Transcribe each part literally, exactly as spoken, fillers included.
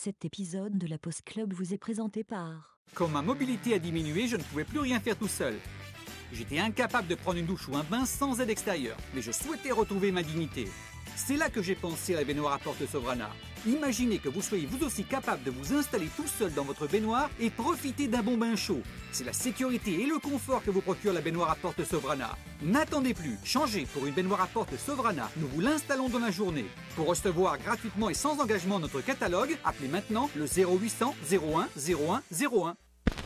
Cet épisode de la Post Club vous est présenté par... Quand ma mobilité a diminué, je ne pouvais plus rien faire tout seul. J'étais incapable de prendre une douche ou un bain sans aide extérieure, mais je souhaitais retrouver ma dignité. C'est là que j'ai pensé à la baignoire à porte Sovrana. Imaginez que vous soyez vous aussi capable de vous installer tout seul dans votre baignoire et profiter d'un bon bain chaud. C'est la sécurité et le confort que vous procure la baignoire à porte Sovrana. N'attendez plus, changez pour une baignoire à porte Sovrana. Nous vous l'installons dans la journée. Pour recevoir gratuitement et sans engagement notre catalogue, appelez maintenant le zéro huit cents zéro un zéro un zéro un.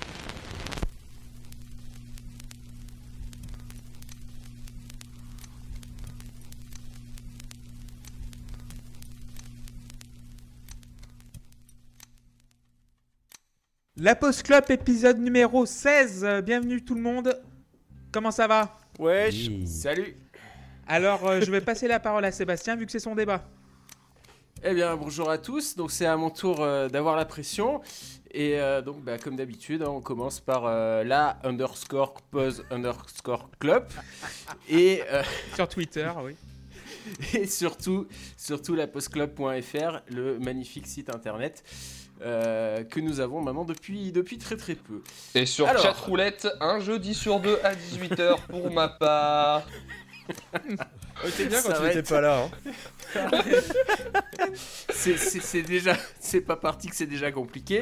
La Post Club, épisode numéro seize. Euh, bienvenue tout le monde. Comment ça va ? Wesh, Oui. salut. Alors, euh, je vais passer la parole à Sébastien vu que c'est son débat. Eh bien, bonjour à tous. Donc, c'est à mon tour euh, d'avoir la pression. Et euh, donc, bah, comme d'habitude, hein, on commence par euh, la underscore pause underscore club. Et, euh, Sur Twitter, oui. et surtout, surtout la postclub point f r, le magnifique site internet euh, que nous avons maintenant depuis, depuis très très peu. Et sur Alors. Chatroulette, un jeudi sur deux à dix-huit heures pour ma part. Ouais, t'es bien quand Ça tu va n'étais être- pas là. Hein. C'est, c'est, c'est déjà, c'est pas parti que c'est déjà compliqué.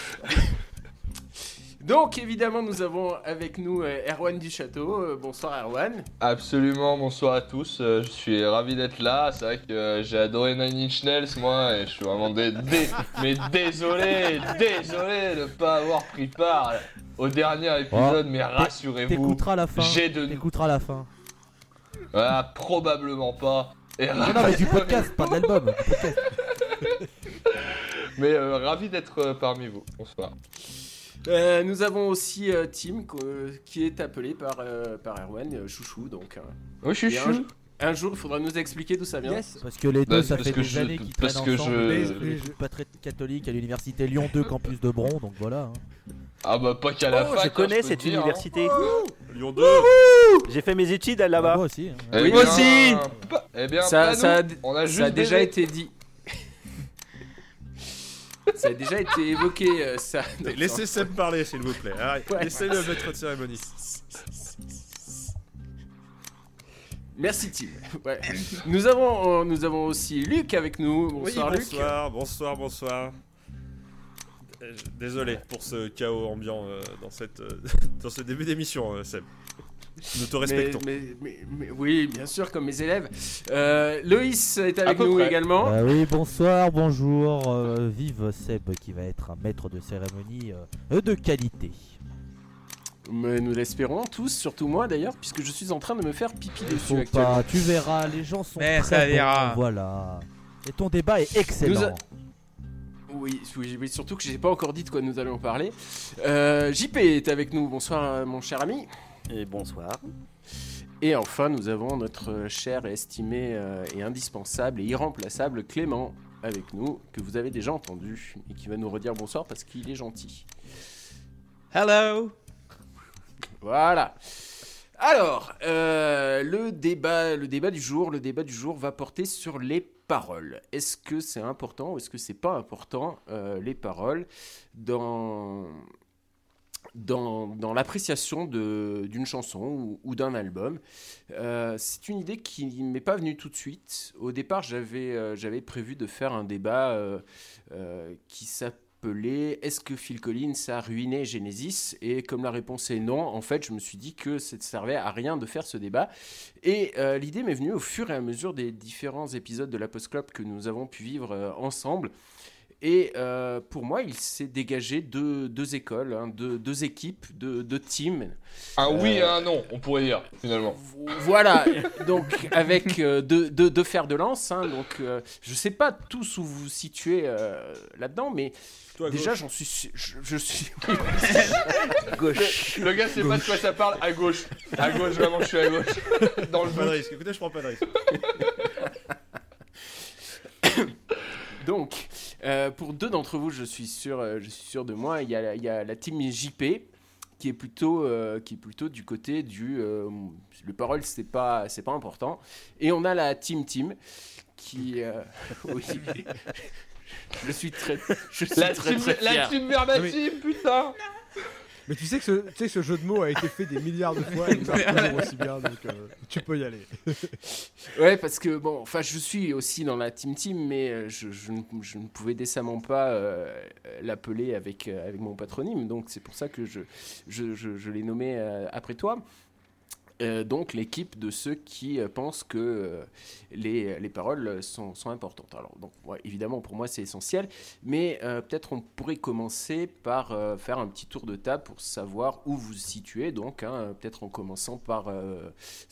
Donc évidemment nous avons avec nous euh, Erwan du Château. Euh, bonsoir Erwan. Absolument, bonsoir à tous. Euh, je suis ravi d'être là. C'est vrai que euh, j'ai adoré Nine Inch Nails, moi, et je suis vraiment dé- dé- mais désolé, désolé de ne pas avoir pris part au dernier épisode. Mais rassurez-vous, T'écouteras la fin. j'ai de T'écouteras la fin. ah, probablement pas. Et Non, non, mais du podcast, pas de l'album. Du podcast. mais euh, ravi d'être euh, parmi vous. Bonsoir. Euh, nous avons aussi euh, Tim euh, qui est appelé par, euh, par Erwan, euh, chouchou. Donc, euh, Oui, je suis et un, chou. un jour il faudra nous expliquer d'où ça vient. Parce que les Bah, deux, c'est ça parce fait que des je- années qu'ils parce traînent que ensemble. je- Les, les pas très catholiques à l'université Lyon deux, campus de Bron, donc voilà. hein. Ah bah pas qu'à la Oh, fac. je hein, connais peux cette te dire, hein. université. Lyon deux. J'ai fait mes études Ah, là-bas. moi aussi. hein. Eh Oui, bien, aussi. pas- Eh bien, Ça, pas ça, a, nous. On a juste ça a déjà baisé. été dit. Ça a déjà été évoqué euh, ça. Laissez Seb parler, s'il vous plaît. Arrête. Ouais. Laissez le maître de cérémonie. Merci Tim. Ouais. Nous avons, euh, nous avons aussi Luc avec nous. Bonsoir, oui, Luc. bonsoir, bonsoir, bonsoir. Euh, je- Désolé pour ce chaos ambiant euh, dans, cette, euh, dans ce début d'émission, euh, Seb. Nous te Mais, respectons. mais, mais, mais oui, bien sûr, comme mes élèves. Euh, Loïs est avec À peu nous près. également. Euh, oui, bonsoir, bonjour. euh, vive Seb qui va être un maître de cérémonie euh, de qualité. Mais nous l'espérons tous, surtout moi d'ailleurs, puisque je suis en train de me faire pipi Il dessus faut actuellement. pas, tu verras, les gens sont Mais très ça bons, ira. Voilà. Et ton débat est excellent. Nous a- Oui, oui, oui, surtout que j'ai pas encore dit de quoi nous allons parler. Euh, J P est avec nous. Bonsoir, euh, mon cher ami. Et bonsoir. Et enfin, nous avons notre cher et estimé euh, et indispensable et irremplaçable Clément avec nous, que vous avez déjà entendu et qui va nous redire bonsoir parce qu'il est gentil. Hello. Voilà. Alors, euh, le débat, le débat du jour, le débat du jour va porter sur les paroles. Est-ce que c'est important ou est-ce que c'est pas important euh, les paroles dans dans, dans l'appréciation de, d'une chanson ou, ou d'un album. Euh, c'est une idée qui ne m'est pas venue tout de suite. Au départ, j'avais, euh, j'avais prévu de faire un débat euh, euh, qui s'appelait « Est-ce que Phil Collins a ruiné Genesis ?» Et comme la réponse est non, en fait, je me suis dit que ça ne servait à rien de faire ce débat. Et euh, l'idée m'est venue au fur et à mesure des différents épisodes de la Post Club que nous avons pu vivre euh, ensemble. Et euh, pour moi, il s'est dégagé deux, deux écoles, hein, deux, deux équipes, deux, deux teams. Un oui et Euh, un non, on pourrait dire, finalement. Voilà, donc avec euh, deux, deux, deux fers de lance. Hein, donc, euh, je ne sais pas tous où vous vous situez euh, là-dedans, mais Toi, à déjà, gauche. j'en suis... su- Je, je suis... Gauche. Le gars sait pas de quoi ça parle, à gauche. À gauche, vraiment, je suis à gauche. Dans le Pas de bout. risque. Écoutez, je prends pas de risque. Donc, euh, pour deux d'entre vous, je suis sûr, euh, je suis sûr de moi, il y a, la- il y a la team J P qui est plutôt, euh, qui est plutôt du côté du... Euh, le parole, c'est pas, c'est pas important. Et on a la team Team qui... euh, oui. je suis très, je suis La très team, très la fier. team verbatim, putain. Mais tu sais, que ce, tu sais que ce jeu de mots a été fait des milliards de fois et il marche toujours aussi bien, donc euh, tu peux y aller. Ouais, parce que bon, enfin, je suis aussi dans la team team, mais euh, je, je, ne, je ne pouvais décemment pas euh, l'appeler avec euh, avec mon patronyme, donc c'est pour ça que je je, je, je l'ai nommé euh, après toi. Euh, donc l'équipe de ceux qui euh, pensent que euh, les, les paroles sont, sont importantes. Alors donc ouais, évidemment pour moi c'est essentiel, mais euh, peut-être on pourrait commencer par euh, faire un petit tour de table pour savoir où vous vous situez. Donc hein, peut-être en commençant par euh,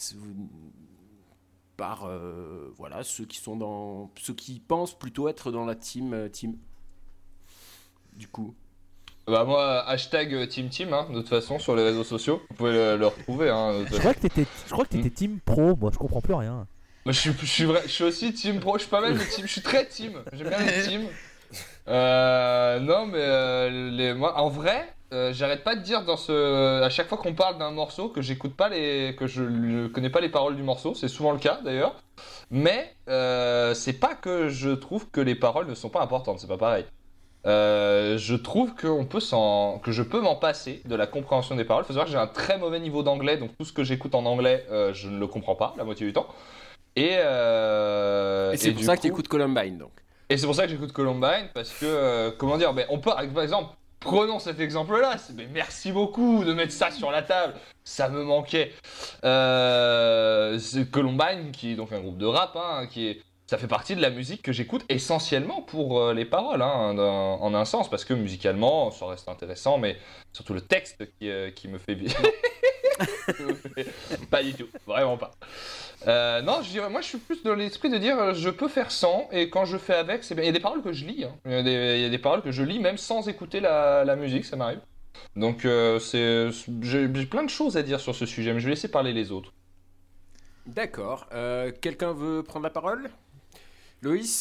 par euh, voilà ceux qui sont dans ceux qui pensent plutôt être dans la team euh, team. Du coup. Bah moi, hashtag Team Team, hein, de toute façon, sur les réseaux sociaux. Vous pouvez le, le retrouver. Hein, Je crois que t'étais, je crois que t'étais team pro, moi je comprends plus rien. Moi, je suis, je suis vrai, je suis aussi Team Pro. Je suis pas mal de team. Je suis très team. J'aime bien les teams. Euh, non, mais euh, les, moi, en vrai, euh, j'arrête pas de dire dans ce, à chaque fois qu'on parle d'un morceau que j'écoute pas les, que je ne connais pas les paroles du morceau. C'est souvent le cas d'ailleurs. Mais euh, c'est pas que je trouve que les paroles ne sont pas importantes. C'est pas pareil. Euh, je trouve que, on peut s'en... que je peux m'en passer de la compréhension des paroles. Il faut savoir que j'ai un très mauvais niveau d'anglais, donc tout ce que j'écoute en anglais, euh, je ne le comprends pas la moitié du temps. Et, euh... et c'est et pour du ça coup... que tu écoutes Columbine donc. Et c'est pour ça que j'écoute Columbine, parce que, euh, comment dire, ben, on peut, par exemple, prenons cet exemple-là, c'est, ben, merci beaucoup de mettre ça sur la table, ça me manquait. Euh, c'est Columbine, qui est donc un groupe de rap, hein, qui est... Ça fait partie de la musique que j'écoute essentiellement pour euh, les paroles, hein, en, en un sens, parce que musicalement, ça reste intéressant, mais surtout le texte qui, euh, qui me fait... Pas du tout, vraiment pas. Euh, non, je dirais, moi je suis plus dans l'esprit de dire euh, je peux faire sans, et quand je fais avec, c'est bien. Il y a des paroles que je lis, hein. il, y a des, il y a des paroles que je lis même sans écouter la, la musique, ça m'arrive. Donc euh, c'est, j'ai, j'ai plein de choses à dire sur ce sujet, mais je vais laisser parler les autres. D'accord. Euh, quelqu'un veut prendre la parole ? Loïs ?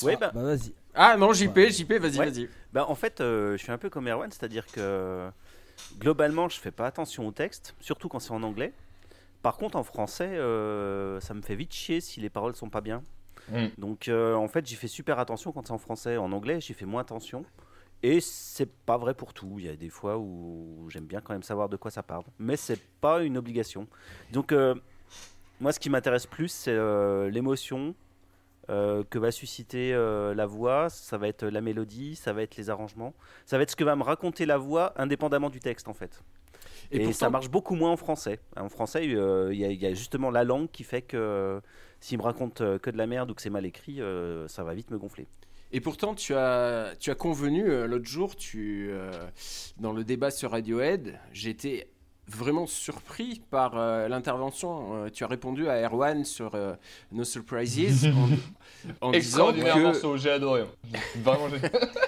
Oui, bah, Bah vas-y. Ah non, J P, J P, vas-y, Ouais. vas-y. bah, en fait, euh, je suis un peu comme Erwan, c'est-à-dire que globalement, je fais pas attention au texte, surtout quand c'est en anglais. Par contre, en français, euh, ça me fait vite chier si les paroles sont pas bien. Mm. Donc, euh, en fait, j'y fais super attention quand c'est en français. En anglais, j'y fais moins attention. Et c'est pas vrai pour tout. Il y a des fois où j'aime bien quand même savoir de quoi ça parle. Mais c'est pas une obligation. Donc, euh, moi, ce qui m'intéresse plus, c'est euh, l'émotion euh, que va susciter euh, la voix. Ça va être la mélodie, ça va être les arrangements. Ça va être ce que va me raconter la voix, indépendamment du texte, en fait. Et, Et ça pourtant- marche beaucoup moins en français. En français, il euh, y, a- y a justement la langue qui fait que euh, s'il me raconte euh, que de la merde ou que c'est mal écrit, euh, ça va vite me gonfler. Et pourtant, tu as, tu as convenu euh, l'autre jour, tu, euh, dans le débat sur Radiohead, j'étais vraiment surpris par euh, l'intervention. Euh, tu as répondu à Erwan sur euh, No Surprises en, en disant Extraordinaire que, morceau, j'ai adoré. Vraiment, j'ai...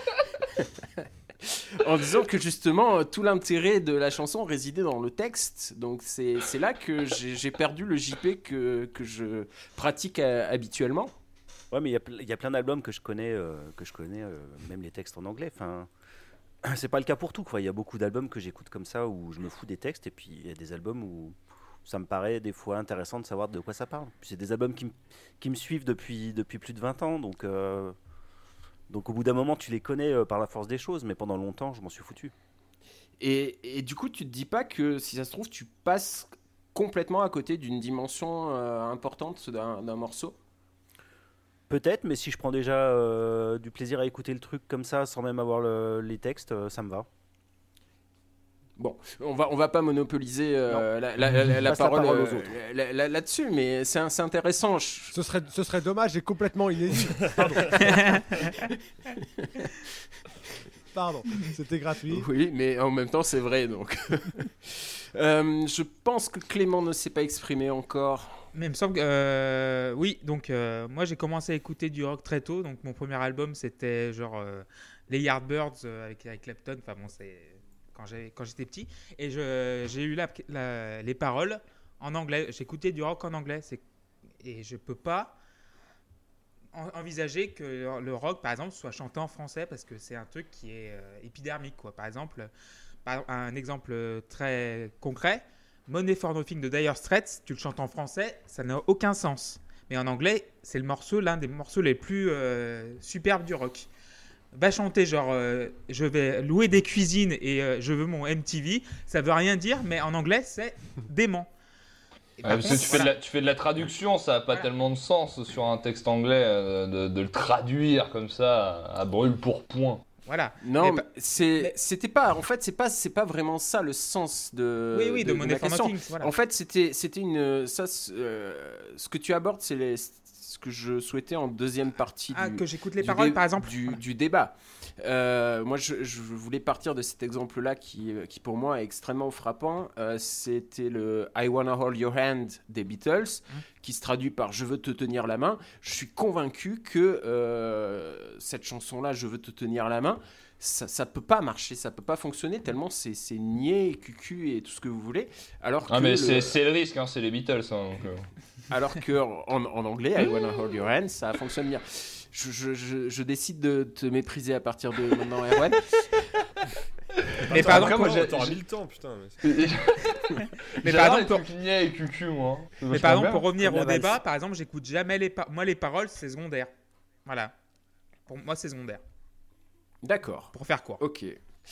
en disant que justement, euh, tout l'intérêt de la chanson résidait dans le texte. Donc c'est, c'est là que j'ai, j'ai perdu le J P que, que je pratique euh, habituellement. Ouais, mais il y a ple- il y, a plein d'albums que je connais, euh, que je connais euh, même les textes en anglais. Enfin, c'est pas le cas pour tout, quoi. Il y a beaucoup d'albums que j'écoute comme ça où je me fous des textes, et puis il y a des albums où ça me paraît des fois intéressant de savoir de quoi ça parle. Puis c'est des albums qui, m- qui me suivent depuis, depuis plus de vingt ans, donc, euh, donc au bout d'un moment, tu les connais euh, par la force des choses, mais pendant longtemps, je m'en suis foutu. Et, et du coup, tu te dis pas que si ça se trouve, tu passes complètement à côté d'une dimension euh, importante d'un, d'un morceau? Peut-être, mais si je prends déjà euh, du plaisir à écouter le truc comme ça, sans même avoir le- les textes, euh, ça me va. Bon, on va on va pas monopoliser euh, la, la- la- la Passe la parole, parole aux euh, autres. là- là- là-dessus, mais c'est, un- c'est intéressant. Je- Ce serait, ce serait dommage et complètement inédit. Pardon. Pardon, c'était gratuit. Oui, mais en même temps, c'est vrai. Donc, Euh, je pense que Clément ne s'est pas exprimé encore. Mais il me semble que. euh, oui, donc euh, moi j'ai commencé à écouter du rock très tôt. Donc mon premier album c'était genre euh, les Yardbirds euh, avec Eric Clapton. Enfin bon, c'est quand, j'ai, quand j'étais petit. Et je, j'ai eu la, la- les paroles en anglais. J'écoutais du rock en anglais. C'est, et je peux pas en- envisager que le rock, par exemple, soit chanté en français parce que c'est un truc qui est euh, épidermique, quoi. Par exemple, par- un exemple très concret. Money for Nothing de Dire Straits, tu le chantes en français, ça n'a aucun sens. Mais en anglais, c'est le morceau, l'un des morceaux les plus euh, superbes du rock. va chanter genre euh, je vais louer des cuisines et euh, je veux mon M T V, ça veut rien dire, mais en anglais c'est dément. Et Ouais, par parce contre, que tu fais, voilà. de la, tu fais de la traduction, ça n'a pas Voilà. tellement de sens sur un texte anglais euh, de, de le traduire comme ça à brûle pour point. Voilà. Non, Mais mais c'est, c'était pas. En fait, c'est pas, c'est pas vraiment ça le sens de. Oui, oui, de, ma Money for question. Nothing, voilà. En fait, c'était, c'était une. Ça, c'est, euh, ce que tu abordes, c'est les- ce que je souhaitais en deuxième partie Ah, du, que j'écoute les du paroles, dé- par exemple. du, Voilà. du débat. Euh, moi, je, je voulais partir de cet exemple-là qui, qui pour moi est extrêmement frappant. Euh, c'était le I Wanna Hold Your Hand des Beatles, Mmh. qui se traduit par Je veux te tenir la main. Je suis convaincu que euh, cette chanson-là, Je veux te tenir la main, ça, ça peut pas marcher, ça peut pas fonctionner tellement c'est, c'est niais, cucu et tout ce que vous voulez. Alors que Ah mais le- c'est, c'est le risque, hein, c'est les Beatles. Hein, donc, euh. alors que en, en anglais, I Wanna Hold Your Hand, ça fonctionne bien. Je, je, je, je décide de te mépriser à partir de maintenant, Erwan. Mais Attends, pardon, après, moi, moi, j'ai- t'auras j'ai- mis le temps, putain. mais- Mais J'adore pardon, les pour- trucs niais et cucu, moi. C'est Mais vachement pardon, bien. pour revenir Comme au la débat, valse. par exemple, j'écoute jamais les paroles. Moi, les paroles, c'est secondaire. Voilà. Pour moi, c'est secondaire. D'accord, Pour faire quoi ok.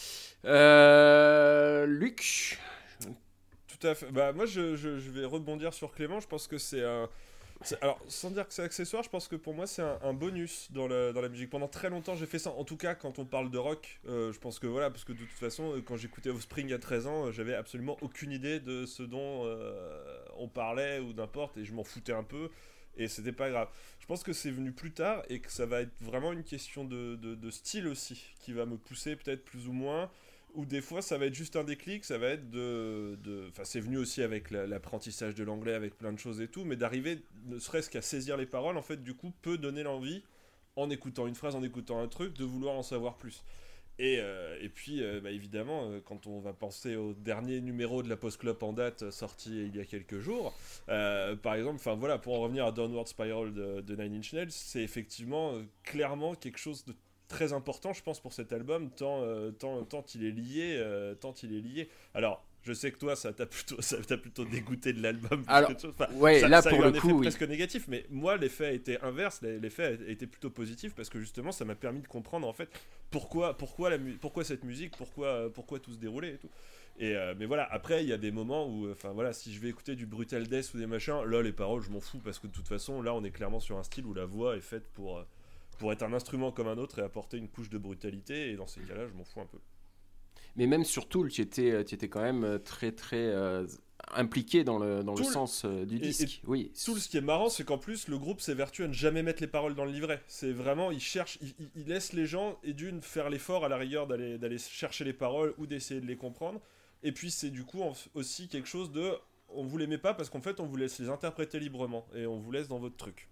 Euh, Luc. Tout à fait. Bah, moi, je, je, je vais rebondir sur Clément. Je pense que c'est un. c'est- Alors, sans dire que c'est accessoire, je pense que pour moi, c'est un, un bonus dans la, dans la musique. Pendant très longtemps, j'ai fait ça. En tout cas, quand on parle de rock, euh, je pense que voilà, parce que de toute façon, euh, quand j'écoutais Offspring à treize ans, euh, j'avais absolument aucune idée de ce dont euh, on parlait ou n'importe, et je m'en foutais un peu. Et c'était pas grave. Je pense que c'est venu plus tard et que ça va être vraiment une question de, de, de style aussi qui va me pousser peut-être plus ou moins. Ou des fois ça va être juste un déclic, ça va être de... de... Enfin c'est venu aussi avec la- l'apprentissage de l'anglais, avec plein de choses et tout, mais d'arriver ne serait-ce qu'à saisir les paroles, en fait du coup peut donner l'envie, en écoutant une phrase, en écoutant un truc, de vouloir en savoir plus. Et, euh, et puis euh, bah, évidemment, euh, quand on va penser au dernier numéro de la Post Club en date, euh, sorti il y a quelques jours, euh, par exemple, enfin voilà, pour en revenir à Downward Spiral de, de Nine Inch Nails, c'est effectivement euh, clairement quelque chose de très important, je pense, pour cet album, tant, euh, tant, tant il est lié, euh, tant il est lié. Alors, je sais que toi, ça t'a plutôt, ça t'a plutôt dégoûté de l'album. plus Alors, qu'autre chose. Enfin, ouais, ça, là, ça pour a eu le un coup, effet oui. presque négatif, mais moi, l'effet a été inverse. L'effet a été plutôt positif parce que justement, ça m'a permis de comprendre en fait pourquoi, pourquoi, la mu- pourquoi cette musique, pourquoi, euh, pourquoi tout se déroulait et tout. Et euh, mais voilà, après il y a des moments où, enfin voilà, si je vais écouter du Brutal Death ou des machins, là les paroles je m'en fous parce que de toute façon là on est clairement sur un style où la voix est faite pour euh, pour être un instrument comme un autre et apporter une couche de brutalité, et dans ces cas-là je m'en fous un peu. Mais même sur Tool, tu étais, tu étais quand même très très euh, impliqué dans le, dans le Tool- sens euh, du et- disque. Oui. Tout ce qui est marrant, c'est qu'en plus le groupe s'évertue à ne jamais mettre les paroles dans le livret. C'est vraiment, il cherche, il, il- il laisse les gens et d'une faire l'effort à la rigueur d'aller d'aller chercher les paroles ou d'essayer de les comprendre. Et puis c'est du coup en- aussi quelque chose de, on vous les met pas parce qu'en fait on vous laisse les interpréter librement et on vous laisse dans votre truc.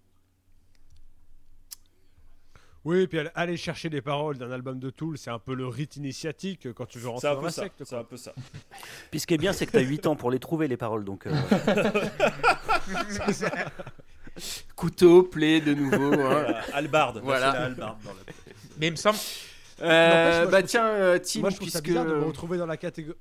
Oui, et puis aller chercher des paroles d'un album de Tool, c'est un peu le rite initiatique quand tu veux C'est rentrer un dans peu la ça. secte. C'est quoi. un peu ça. Puis ce qui est bien, c'est que t'as huit ans pour les trouver, les paroles, donc... euh, Couteau, plaie de nouveau. hein. Voilà, Albarde. Voilà. C'est la Albarde dans la- Mais il me semble. Euh, N'empêche, moi, je bah trouve tiens, euh, Tim, Moi, je trouve ça puisque bizarre de me retrouver dans la catégorie.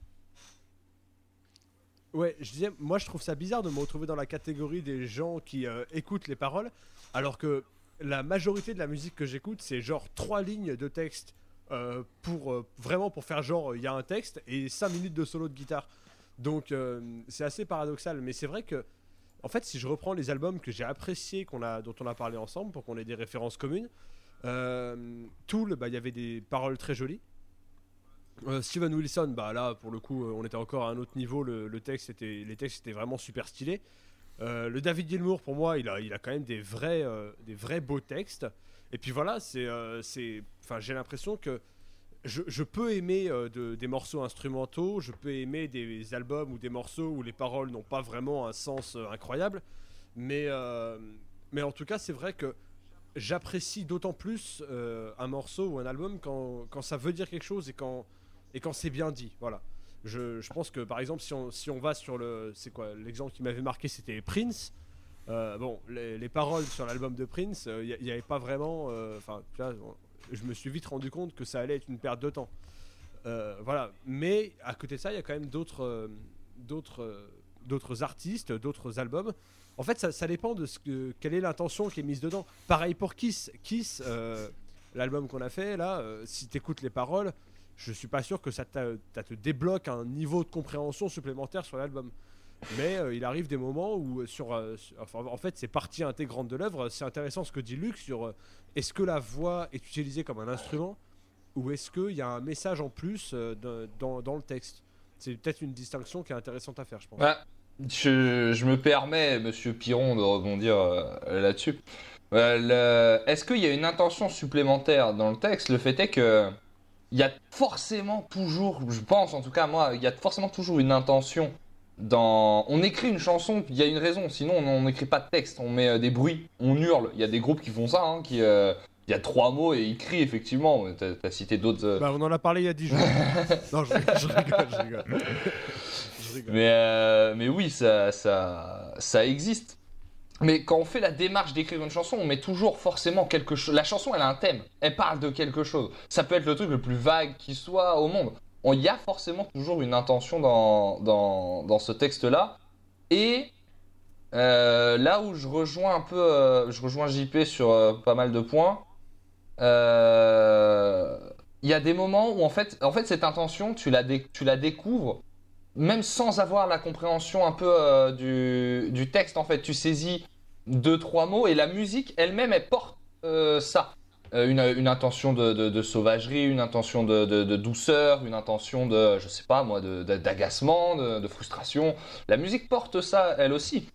Ouais, je disais, moi je trouve ça bizarre de me retrouver dans la catégorie des gens qui euh, écoutent les paroles, alors que la majorité de la musique que j'écoute, c'est genre trois lignes de texte euh, pour euh, vraiment pour faire genre il y a un texte et cinq minutes de solo de guitare. Donc euh, c'est assez paradoxal, mais c'est vrai que en fait, si je reprends les albums que j'ai appréciés, qu'on a, dont on a parlé ensemble, pour qu'on ait des références communes, euh, Tool, bah, il y avait des paroles très jolies. Euh, Steven Wilson, bah là pour le coup, euh, on était encore à un autre niveau. Le, le texte était, les textes étaient vraiment super stylés. Euh, le David Gilmour, pour moi, il a, il a quand même des vrais, euh, des vrais beaux textes. Et puis voilà, c'est, euh, c'est, enfin, j'ai l'impression que je, je peux aimer euh, de, des morceaux instrumentaux, je peux aimer des albums ou des morceaux où les paroles n'ont pas vraiment un sens euh, incroyable, mais, euh, mais en tout cas, c'est vrai que j'apprécie d'autant plus euh, un morceau ou un album quand, quand ça veut dire quelque chose et quand, et quand c'est bien dit. Voilà. Je, je pense que par exemple, si on, si on va sur le. C'est quoi l'exemple qui m'avait marqué, c'était Prince. Euh, bon, les, les paroles sur l'album de Prince, il euh, n'y avait pas vraiment. Enfin, tu vois, je me suis vite rendu compte que ça allait être une perte de temps. Euh, voilà. Mais à côté de ça, il y a quand même d'autres, euh, d'autres, euh, d'autres artistes, d'autres albums. En fait, ça, ça dépend de ce que, quelle est l'intention qui est mise dedans. Pareil pour Kiss. Kiss, euh, l'album qu'on a fait là, euh, si t'écoutes les paroles, je suis pas sûr que ça, ça te débloque un niveau de compréhension supplémentaire sur l'album. Mais euh, il arrive des moments où sur, euh, sur enfin, en fait c'est partie intégrante de l'œuvre. C'est intéressant ce que dit Luc sur euh, est-ce que la voix est utilisée comme un instrument ou est-ce qu'il y a un message en plus euh, de, dans, dans le texte. C'est peut-être une distinction qui est intéressante à faire, je pense. Ouais, je, je me permets, Monsieur Piron, de rebondir euh, là-dessus. Euh, le... Est-ce qu'il y a une intention supplémentaire dans le texte? Le fait est que il y a forcément toujours, je pense en tout cas moi, il y a forcément toujours une intention dans... On écrit une chanson, il y a une raison, sinon on n'écrit pas de texte, on met euh, des bruits, on hurle. Il y a des groupes qui font ça, hein, qui... Euh... Il y a trois mots et ils crient, effectivement. T'as, t'as cité d'autres... Euh... Bah, on en a parlé il y a dix jours. Non, je rigole, je rigole, je rigole. Je rigole. Mais, euh, mais oui, ça, ça, ça existe. Mais quand on fait la démarche d'écrire une chanson, on met toujours forcément quelque chose... La chanson, elle a un thème. Elle parle de quelque chose. Ça peut être le truc le plus vague qui soit au monde. Il y a forcément toujours une intention dans, dans, dans ce texte-là. Et... Euh, là où je rejoins un peu... Euh, je rejoins J P sur euh, pas mal de points... Il euh, y a des moments où en fait, en fait cette intention, tu la, dé- tu la découvres même sans avoir la compréhension un peu euh, du, du texte. En fait, tu saisis deux trois mots et la musique elle-même elle porte euh, ça, euh, une, une intention de, de, de sauvagerie, une intention de, de, de douceur, une intention de, je sais pas moi, de, de, d'agacement, de, de frustration. La musique porte ça elle aussi,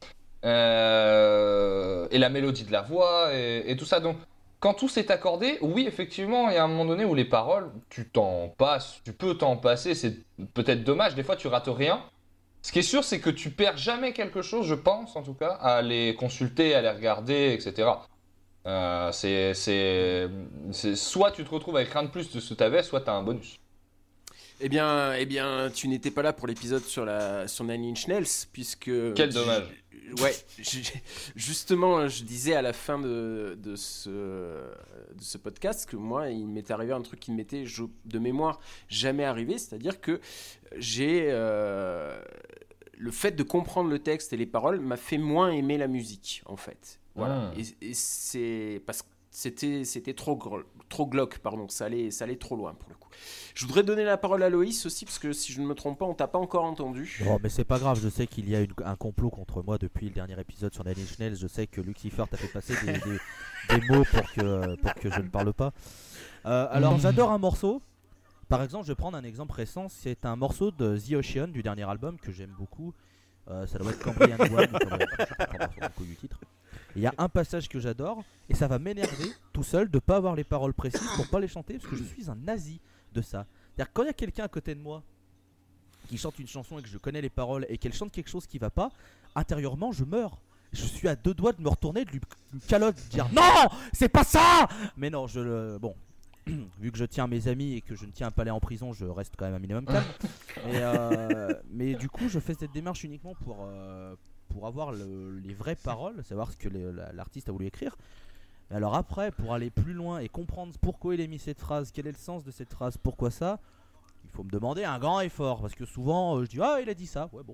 euh, et la mélodie de la voix et, et tout ça. Donc quand tout s'est accordé, oui, effectivement, il y a un moment donné où les paroles, tu t'en passes, tu peux t'en passer, c'est peut-être dommage, des fois tu rates rien. Ce qui est sûr, c'est que tu perds jamais quelque chose, je pense en tout cas, à les consulter, à les regarder, et cetera. Euh, c'est, c'est, c'est, soit tu te retrouves avec rien de plus de ce que tu avais, soit tu as un bonus. Eh bien, eh bien, tu n'étais pas là pour l'épisode sur, la, sur Nine Inch Nails, puisque... Quel dommage. Je, ouais, je, justement, je disais à la fin de, de, ce, de ce podcast que moi, il m'est arrivé un truc qui ne m'était, je, de mémoire, jamais arrivé, c'est-à-dire que j'ai... Euh, le fait de comprendre le texte et les paroles m'a fait moins aimer la musique, en fait. Voilà. Ah. Et, et c'est parce que c'était, c'était trop, trop glauque, pardon, ça allait, ça allait trop loin pour le coup. Je voudrais donner la parole à Loïs aussi, parce que si je ne me trompe pas, on t'a pas encore entendu. Oh, mais c'est pas grave, je sais qu'il y a une, un complot contre moi depuis le dernier épisode sur Nine Inch Nails. Je sais que Lucifer t'a fait passer des, des, des mots pour que, pour que je ne parle pas. Euh, alors, j'adore un morceau. Par exemple, je vais prendre un exemple récent. C'est un morceau de The Ocean du dernier album que j'aime beaucoup. Euh, ça doit être Cambrian One, je ne sais du titre. Il y a un passage que j'adore et ça va m'énerver tout seul de ne pas avoir les paroles précises pour pas les chanter parce que je suis un nazi de ça. C'est-à-dire quand il y a quelqu'un à côté de moi qui chante une chanson et que je connais les paroles et qu'elle chante quelque chose qui va pas, intérieurement je meurs. Je suis à deux doigts de me retourner, de lui calotte, de dire non, c'est pas ça. Mais non, je le bon. Vu que je tiens mes amis et que je ne tiens pas aller en prison, je reste quand même un minimum calme. Mais, euh, mais du coup, je fais cette démarche uniquement pour, euh, pour avoir le, les vraies paroles, savoir ce que les, l'artiste a voulu écrire. Alors après, pour aller plus loin et comprendre pourquoi il a mis cette phrase, quel est le sens de cette phrase, pourquoi ça, il faut me demander un grand effort. Parce que souvent, euh, je dis « Ah, il a dit ça ». Ouais, bon.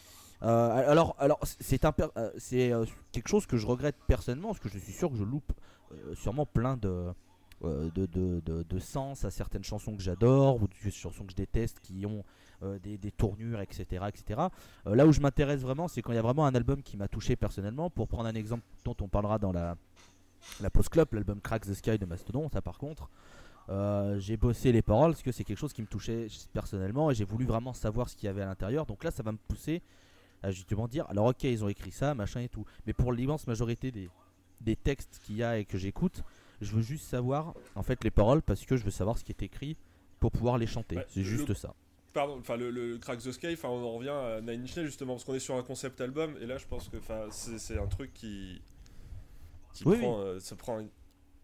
Euh, alors, alors, c'est, un, euh, c'est euh, quelque chose que je regrette personnellement, parce que je suis sûr que je loupe euh, sûrement plein de... Euh, de, de, de, de sens à certaines chansons que j'adore ou de chansons que je déteste qui ont euh, des, des tournures, etc. etc. Euh, là où je m'intéresse vraiment, c'est quand il y a vraiment un album qui m'a touché personnellement. Pour prendre un exemple dont on parlera dans la, la Post Club, l'album Crack the Sky de Mastodon, ça par contre, euh, j'ai bossé les paroles parce que c'est quelque chose qui me touchait personnellement et j'ai voulu vraiment savoir ce qu'il y avait à l'intérieur. Donc là, ça va me pousser à justement dire alors, ok, ils ont écrit ça, machin et tout, mais pour l'immense majorité des, des textes qu'il y a et que j'écoute, je veux juste savoir en fait les paroles parce que je veux savoir ce qui est écrit pour pouvoir les chanter. Bah, c'est juste le, ça. Pardon, enfin le, le Crack the Sky, enfin on en revient à Nine Inch Nails justement parce qu'on est sur un concept album et là je pense que enfin c'est, c'est un truc qui, qui oui, prend, oui. Euh, se prend. Une...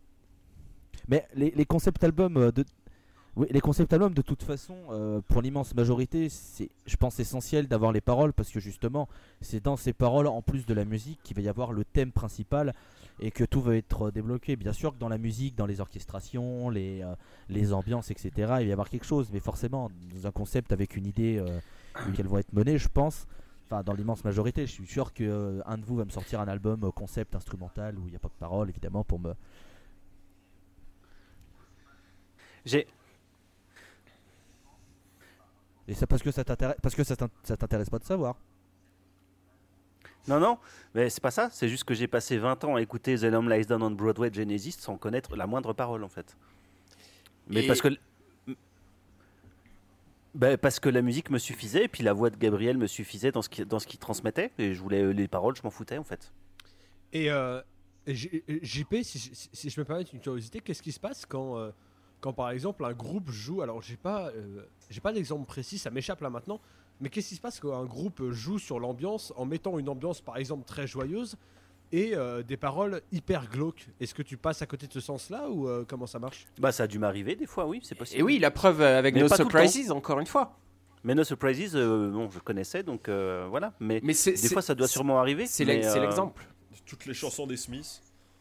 Mais les, les concept albums de oui, les concept albums de toute façon, euh, pour l'immense majorité, c'est, je pense, essentiel d'avoir les paroles parce que justement, c'est dans ces paroles, en plus de la musique, qu'il va y avoir le thème principal et que tout va être débloqué. Bien sûr que dans la musique, dans les orchestrations, les, euh, les ambiances, et cetera, il va y avoir quelque chose, mais forcément, dans un concept avec une idée euh, qu'elles vont être menées, je pense, enfin, dans l'immense majorité, je suis sûr qu'un euh, de vous va me sortir un album euh, concept instrumental où il n'y a pas de paroles, évidemment, pour me... J'ai. Et c'est parce que ça t'intéresse, parce que ça t'in- ça t'intéresse pas de savoir. Non, non, mais c'est pas ça. C'est juste que j'ai passé vingt ans à écouter The Lamb Lies Down on Broadway de Genesis sans connaître la moindre parole, en fait. Mais Et- parce que. Ben, parce que la musique me suffisait, et puis la voix de Gabriel me suffisait dans ce qui, dans ce qu'il transmettait, et je voulais les paroles, je m'en foutais, en fait. Et euh, J- J P, si, si- si je me permets une curiosité, qu'est-ce qui se passe quand, euh, quand par exemple un groupe joue, alors j'ai pas, euh, j'ai pas d'exemple précis, ça m'échappe là maintenant, mais qu'est-ce qui se passe quand un groupe joue sur l'ambiance en mettant une ambiance par exemple très joyeuse et euh, des paroles hyper glauques? Est-ce que tu passes à côté de ce sens-là ou euh, comment ça marche? Bah, ça a dû m'arriver des fois, oui, c'est possible. Et oui, la preuve euh, avec Mais No pas tout le Surprises, encore une fois. Mais No Surprises, euh, bon, je connaissais, donc euh, voilà. Mais, Mais c'est, des c'est- fois, ça doit c'est- sûrement arriver. C'est mais, l'ex- c'est euh, l'exemple. Toutes les chansons des Smiths.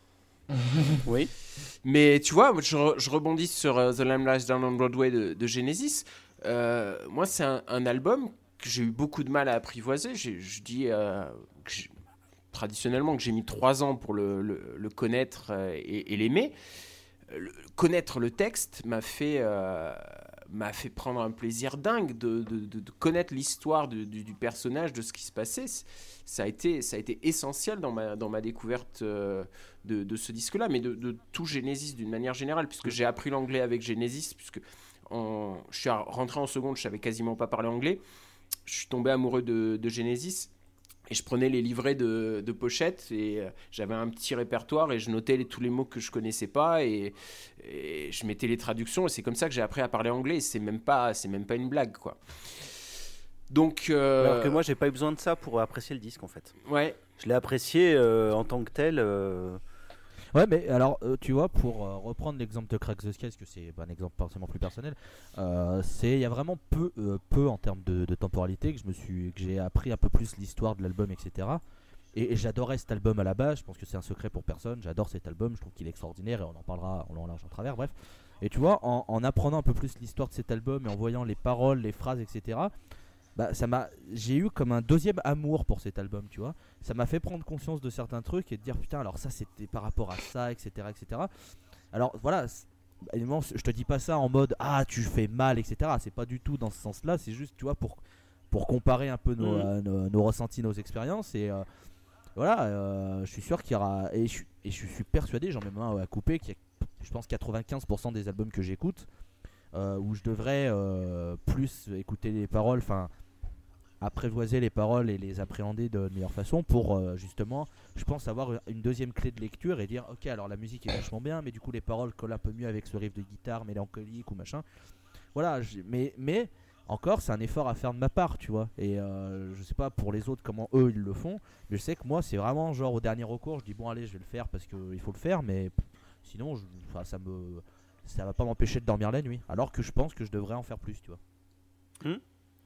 Oui. Mais tu vois, moi, je, re- je rebondis sur euh, The Lamb Lies Down on Broadway de, de Genesis. Euh, moi, c'est un, un album que j'ai eu beaucoup de mal à apprivoiser. J'ai- je dis euh, que j'ai- traditionnellement que j'ai mis trois ans pour le, le- le connaître euh, et, et l'aimer. Euh, le- connaître le texte m'a fait, euh, m'a fait prendre un plaisir dingue de, de- de- de connaître l'histoire du, du- du personnage, de ce qui se passait. C- Ça a été, ça a été essentiel dans ma, dans ma découverte euh, de, de ce disque-là, mais de, de tout Genesis d'une manière générale, puisque j'ai appris l'anglais avec Genesis, puisque en- je suis rentré en seconde, je savais quasiment pas parler anglais. Je suis tombé amoureux de, de Genesis. Et je prenais les livrets de, de pochette et euh, j'avais un petit répertoire et je notais les- tous les mots que je connaissais pas et, et je mettais les traductions et c'est comme ça que j'ai appris à parler anglais et c'est même pas, c'est même pas une blague quoi. Donc euh, Alors que moi, j'ai pas eu besoin de ça pour apprécier le disque, en fait. ouais, Je l'ai apprécié euh, en tant que tel. euh, Ouais, mais alors, euh, tu vois, pour euh, reprendre l'exemple de Crack the Sky, parce que c'est bah, un exemple forcément plus personnel, euh, c'est il y a vraiment peu, euh, peu en termes de, de temporalité que je me suis, que j'ai appris un peu plus l'histoire de l'album, et cetera. Et, et j'adorais cet album à la base. Je pense que c'est un secret pour personne. J'adore cet album. Je trouve qu'il est extraordinaire et on en parlera, on en large en travers. Bref. Et tu vois, en, en apprenant un peu plus l'histoire de cet album et en voyant les paroles, les phrases, et cetera. Bah, ça m'a, j'ai eu comme un deuxième amour pour cet album, tu vois. Ça m'a fait prendre conscience de certains trucs et de dire putain, alors ça c'était par rapport à ça, et cetera, et cetera. Alors voilà, c'est- évidemment, je te dis pas ça en mode ah tu fais mal, et cetera. C'est pas du tout dans ce sens-là. C'est juste, tu vois, pour pour comparer un peu nos, Mhm. euh, nos, nos ressentis, nos expériences et euh, voilà. euh, je suis sûr qu'il y aura et je, suis- et je suis persuadé, j'en mets main à couper, qu'il y a, je pense quatre-vingt-quinze pour cent des albums que j'écoute euh, où je devrais euh, plus écouter les paroles, enfin apprivoiser les paroles et les appréhender de meilleure façon pour euh, justement, je pense, avoir une deuxième clé de lecture et dire ok, alors la musique est vachement bien, mais du coup les paroles collent un peu mieux avec ce riff de guitare mélancolique ou machin. Voilà, j'ai- mais, mais encore, c'est un effort à faire de ma part, tu vois. Et euh, je sais pas pour les autres comment eux ils le font, mais je sais que moi c'est vraiment genre au dernier recours, je dis bon allez, je vais le faire parce qu'il faut le faire, mais pff, sinon, je, enfin, ça me, ça va pas m'empêcher de dormir la nuit. Alors que je pense que je devrais en faire plus, tu vois.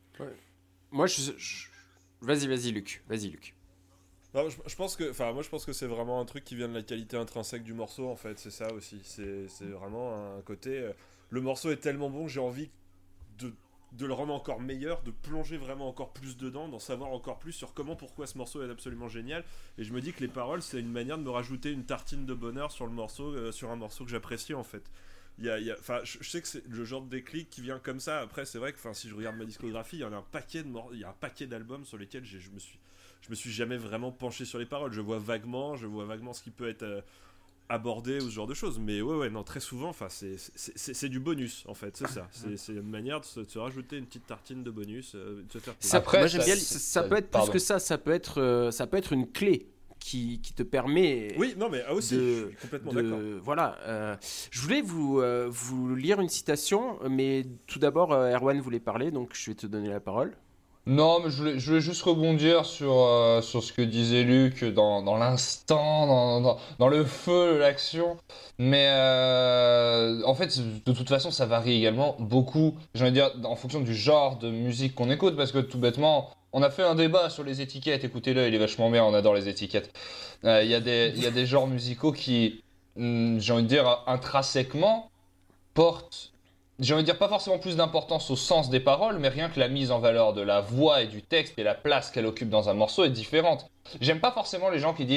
moi je, je- vas-y vas-y Luc, vas-y Luc. Non, je, je pense que, enfin, moi je pense que c'est vraiment un truc qui vient de la qualité intrinsèque du morceau en fait, c'est ça aussi. C'est, c'est vraiment un côté. euh, le morceau est tellement bon que j'ai envie de, de le rendre encore meilleur, de plonger vraiment encore plus dedans, d'en savoir encore plus sur comment, pourquoi ce morceau est absolument génial. Et je me dis que les paroles, c'est une manière de me rajouter une tartine de bonheur sur le morceau, euh, sur un morceau que j'apprécie en fait. Il y a, il y a- enfin, je, je sais que c'est le genre de déclic qui vient comme ça. Après, c'est vrai que, enfin, si je regarde ma discographie, il y en a un paquet de mor- il y a un paquet d'albums sur lesquels j'ai, je me suis, je me suis jamais vraiment penché sur les paroles. Je vois vaguement, je vois vaguement ce qui peut être euh, abordé ou ce genre de choses. Mais ouais, ouais, non, très souvent, enfin, c'est, c'est, c'est, c'est du bonus en fait, c'est ça. C'est, c'est une manière de se, de se rajouter une petite tartine de bonus, euh, de se faire plaisir. Ça, Après, moi j'aime ça- bien, ça- ça, ça peut être pardon. plus que ça, ça peut être, euh, ça peut être une clé qui, qui te permet. Oui, non, mais ah, aussi, de- je suis complètement de- d'accord. Voilà. euh, je voulais vous, euh, vous lire une citation, mais tout d'abord, euh, Erwan voulait parler, donc je vais te donner la parole. Non, mais je voulais, je voulais juste rebondir sur, euh, sur ce que disait Luc dans, dans l'instant, dans, dans, dans le feu de l'action. Mais euh, en fait, de toute façon, ça varie également beaucoup, j'ai envie de dire, en fonction du genre de musique qu'on écoute. Parce que tout bêtement, on a fait un débat sur les étiquettes. Écoutez-le, il est vachement bien, on adore les étiquettes. Euh, Il y a des, il y a des genres musicaux qui, hum, j'ai envie de dire, intrinsèquement, portent. J'ai envie de dire pas forcément plus d'importance au sens des paroles, mais rien que la mise en valeur de la voix et du texte et la place qu'elle occupe dans un morceau est différente. J'aime pas forcément les gens qui disent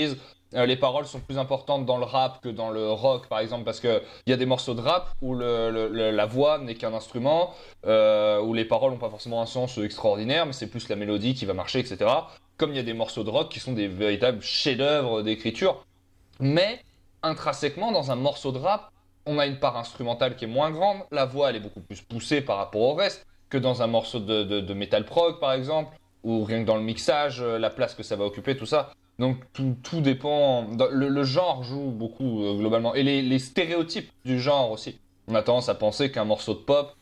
euh, les paroles sont plus importantes dans le rap que dans le rock, par exemple, parce qu'il y a des morceaux de rap où le, le, le, la voix n'est qu'un instrument, euh, où les paroles n'ont pas forcément un sens extraordinaire, mais c'est plus la mélodie qui va marcher, et cetera. Comme il y a des morceaux de rock qui sont des véritables chefs-d'œuvre d'écriture. Mais, intrinsèquement, dans un morceau de rap, on a une part instrumentale qui est moins grande, la voix elle est beaucoup plus poussée par rapport au reste, que dans un morceau de, de, de metal prog, par exemple, ou rien que dans le mixage, la place que ça va occuper, tout ça. Donc tout, tout dépend, le, le genre joue beaucoup euh, globalement, et les, les stéréotypes du genre aussi. On a tendance à penser qu'un morceau de pop